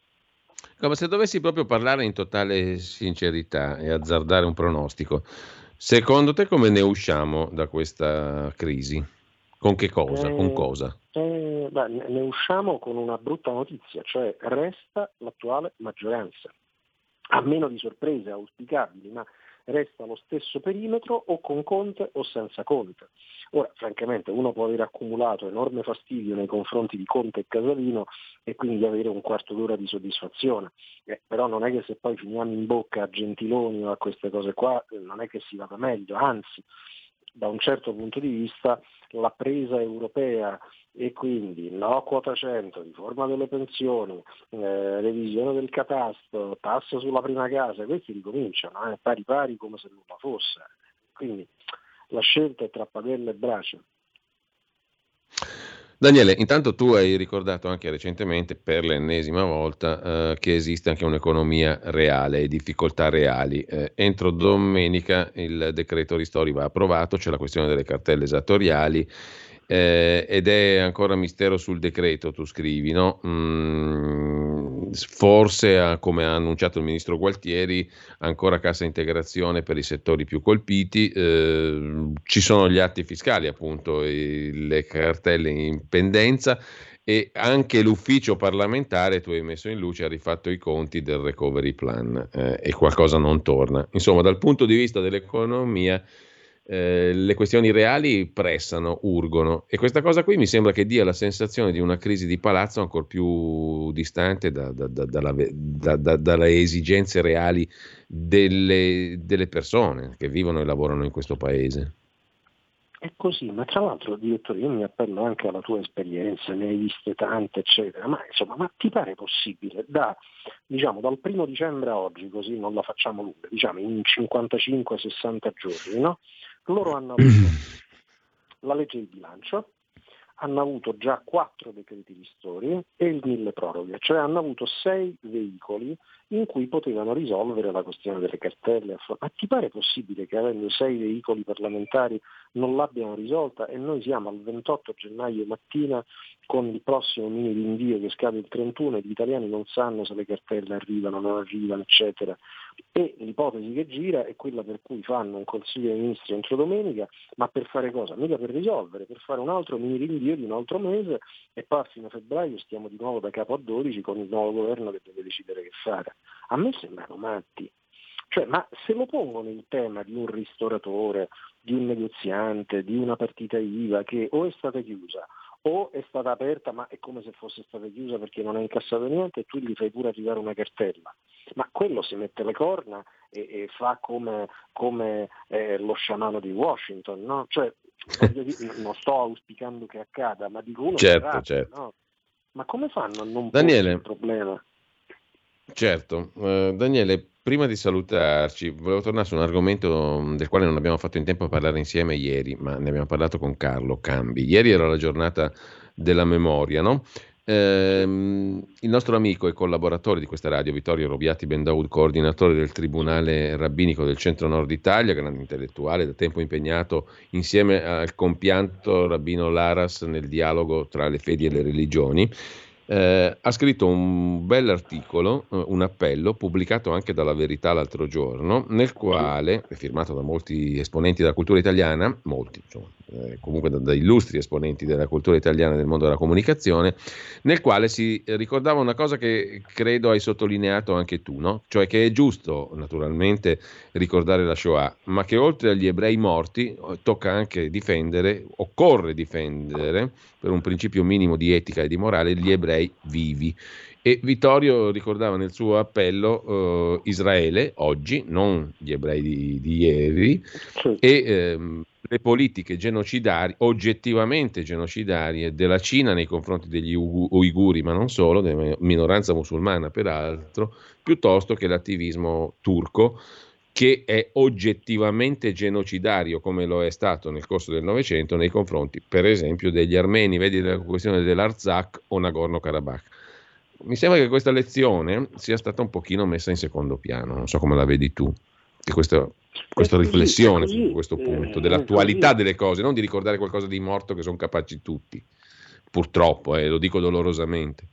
Come se dovessi proprio parlare in totale sincerità e azzardare un pronostico, secondo te come ne usciamo da questa crisi? Con che cosa? Eh, con cosa? Eh, beh, ne usciamo con una brutta notizia, cioè resta l'attuale maggioranza, a meno di sorprese auspicabili, ma resta lo stesso perimetro o con Conte o senza Conte. Ora, francamente, uno può aver accumulato enorme fastidio nei confronti di Conte e Casalino e quindi avere un quarto d'ora di soddisfazione, eh, però non è che se poi finiamo in bocca a Gentiloni o a queste cose qua, non è che si vada meglio, anzi, da un certo punto di vista la presa europea e quindi no quota cento, riforma delle pensioni, eh, revisione del catasto, tasso sulla prima casa, questi ricominciano eh, pari pari come se nulla fosse. Quindi la scelta è tra padella e brace. Daniele, intanto tu hai ricordato anche recentemente, per l'ennesima volta, eh, che esiste anche un'economia reale e difficoltà reali. Eh, entro domenica il decreto ristori va approvato, c'è la questione delle cartelle esattoriali, eh, ed è ancora mistero sul decreto, tu scrivi, no? Mm, forse, come ha annunciato il ministro Gualtieri, ancora cassa integrazione per i settori più colpiti, eh, ci sono gli atti fiscali, appunto, e le cartelle in pendenza, e anche l'ufficio parlamentare, tu hai messo in luce, ha rifatto i conti del recovery plan, eh, e qualcosa non torna. Insomma, dal punto di vista dell'economia, eh, le questioni reali pressano, urgono, e questa cosa qui mi sembra che dia la sensazione di una crisi di palazzo ancora più distante da, da, da, dalla, da, da, dalle esigenze reali delle, delle persone che vivono e lavorano in questo paese. È così, ma tra l'altro, direttore, io mi appello anche alla tua esperienza, ne hai viste tante, eccetera, ma insomma, ma ti pare possibile da, diciamo, dal primo dicembre a oggi, così non la facciamo lunga, diciamo in cinquantacinque sessanta giorni, no? Loro hanno avuto la legge di bilancio, hanno avuto già quattro decreti ristori e il mille proroghe, cioè hanno avuto sei veicoli in cui potevano risolvere la questione delle cartelle. Ma ti pare possibile che avendo sei veicoli parlamentari non l'abbiano risolta, e noi siamo al ventotto gennaio mattina con il prossimo mini rinvio che scade il trentuno e gli italiani non sanno se le cartelle arrivano, non arrivano, eccetera. E l'ipotesi che gira è quella per cui fanno un Consiglio dei Ministri entro domenica, ma per fare cosa? Mica per risolvere, per fare un altro mini rinvio di un altro mese, e poi a fine febbraio stiamo di nuovo da capo a dodici con il nuovo governo che deve decidere che fare. A me sembrano matti. Cioè, ma se lo pongono il tema di un ristoratore, di un negoziante, di una partita I V A che o è stata chiusa o è stata aperta, ma è come se fosse stata chiusa perché non ha incassato niente, e tu gli fai pure arrivare una cartella. Ma quello si mette le corna e, e fa come, come eh, lo sciamano di Washington, no? Cioè, non sto auspicando che accada, ma dico uno certo, sarà, certo. no? Ma come fanno a non Daniele, porre il problema? Certo, uh, Daniele, prima di salutarci, volevo tornare su un argomento del quale non abbiamo fatto in tempo a parlare insieme ieri, ma ne abbiamo parlato con Carlo Cambi. Ieri era la giornata della memoria, no? Ehm, il nostro amico e collaboratore di questa radio, Vittorio Robiati Bendaud, coordinatore del Tribunale Rabbinico del Centro-Nord Italia, grande intellettuale, da tempo impegnato insieme al compianto rabbino Laras nel dialogo tra le fedi e le religioni, Eh, ha scritto un bell'articolo, eh, un appello pubblicato anche dalla Verità l'altro giorno, nel quale è firmato da molti esponenti della cultura italiana, molti, insomma, eh, comunque da, da illustri esponenti della cultura italiana e del mondo della comunicazione, nel quale si ricordava una cosa che credo hai sottolineato anche tu, no? Cioè che è giusto naturalmente ricordare la Shoah, ma che oltre agli ebrei morti tocca anche difendere, occorre difendere, per un principio minimo di etica e di morale, gli ebrei vivi. E Vittorio ricordava nel suo appello eh, Israele oggi, non gli ebrei di, di ieri, e ehm, le politiche genocidarie, oggettivamente genocidarie, della Cina nei confronti degli uiguri, ma non solo, della minoranza musulmana peraltro, piuttosto che l'attivismo turco, che è oggettivamente genocidario, come lo è stato nel corso del Novecento nei confronti, per esempio, degli armeni, vedi la questione dell'Artsakh o Nagorno-Karabakh. Mi sembra che questa lezione sia stata un pochino messa in secondo piano, non so come la vedi tu, che questa, questa riflessione su questo punto, dell'attualità delle cose, non di ricordare qualcosa di morto che sono capaci tutti, purtroppo, eh, lo dico dolorosamente.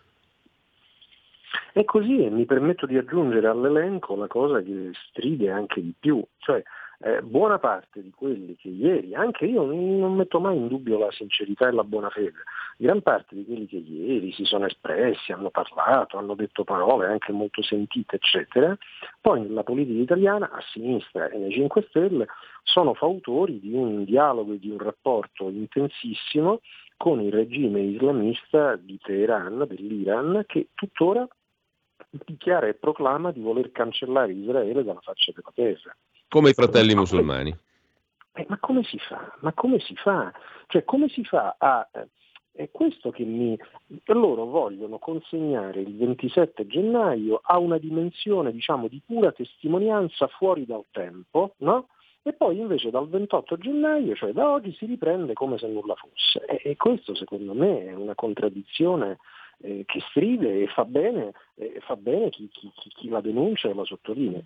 È così, e mi permetto di aggiungere all'elenco la cosa che stride anche di più, cioè eh, buona parte di quelli che ieri, anche io non metto mai in dubbio la sincerità e la buona fede, gran parte di quelli che ieri si sono espressi, hanno parlato, hanno detto parole anche molto sentite, eccetera, poi nella politica italiana, a sinistra e nei cinque Stelle, sono fautori di un dialogo e di un rapporto intensissimo con il regime islamista di Teheran, dell'Iran, che tuttora dichiara e proclama di voler cancellare Israele dalla faccia della terra. Come i fratelli ma musulmani. Eh, ma come si fa? Ma come si fa? Cioè, come si fa a... Eh, è questo che mi... Loro vogliono consegnare il ventisette gennaio a una dimensione, diciamo, di pura testimonianza fuori dal tempo, no? e poi invece dal ventotto gennaio, cioè da oggi, si riprende come se nulla fosse. E, e questo secondo me è una contraddizione eh, che stride e fa bene, eh, fa bene chi, chi, chi la denuncia e la sottolinea.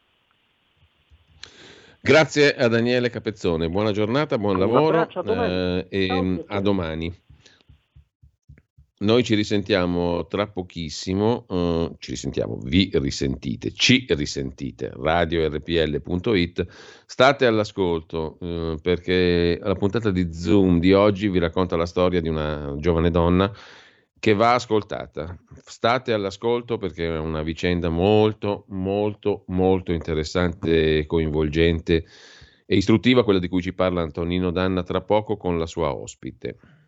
Grazie a Daniele Capezzone, buona giornata, buon Un lavoro abbraccio, a domani. eh, e Ciao, a domani. Noi ci risentiamo tra pochissimo, eh, ci risentiamo, vi risentite, ci risentite, radio erre pi elle punto it, state all'ascolto eh, perché la puntata di Zoom di oggi vi racconta la storia di una giovane donna che va ascoltata. State all'ascolto perché è una vicenda molto, molto, molto interessante, coinvolgente e istruttiva, quella di cui ci parla Antonino Danna tra poco con la sua ospite.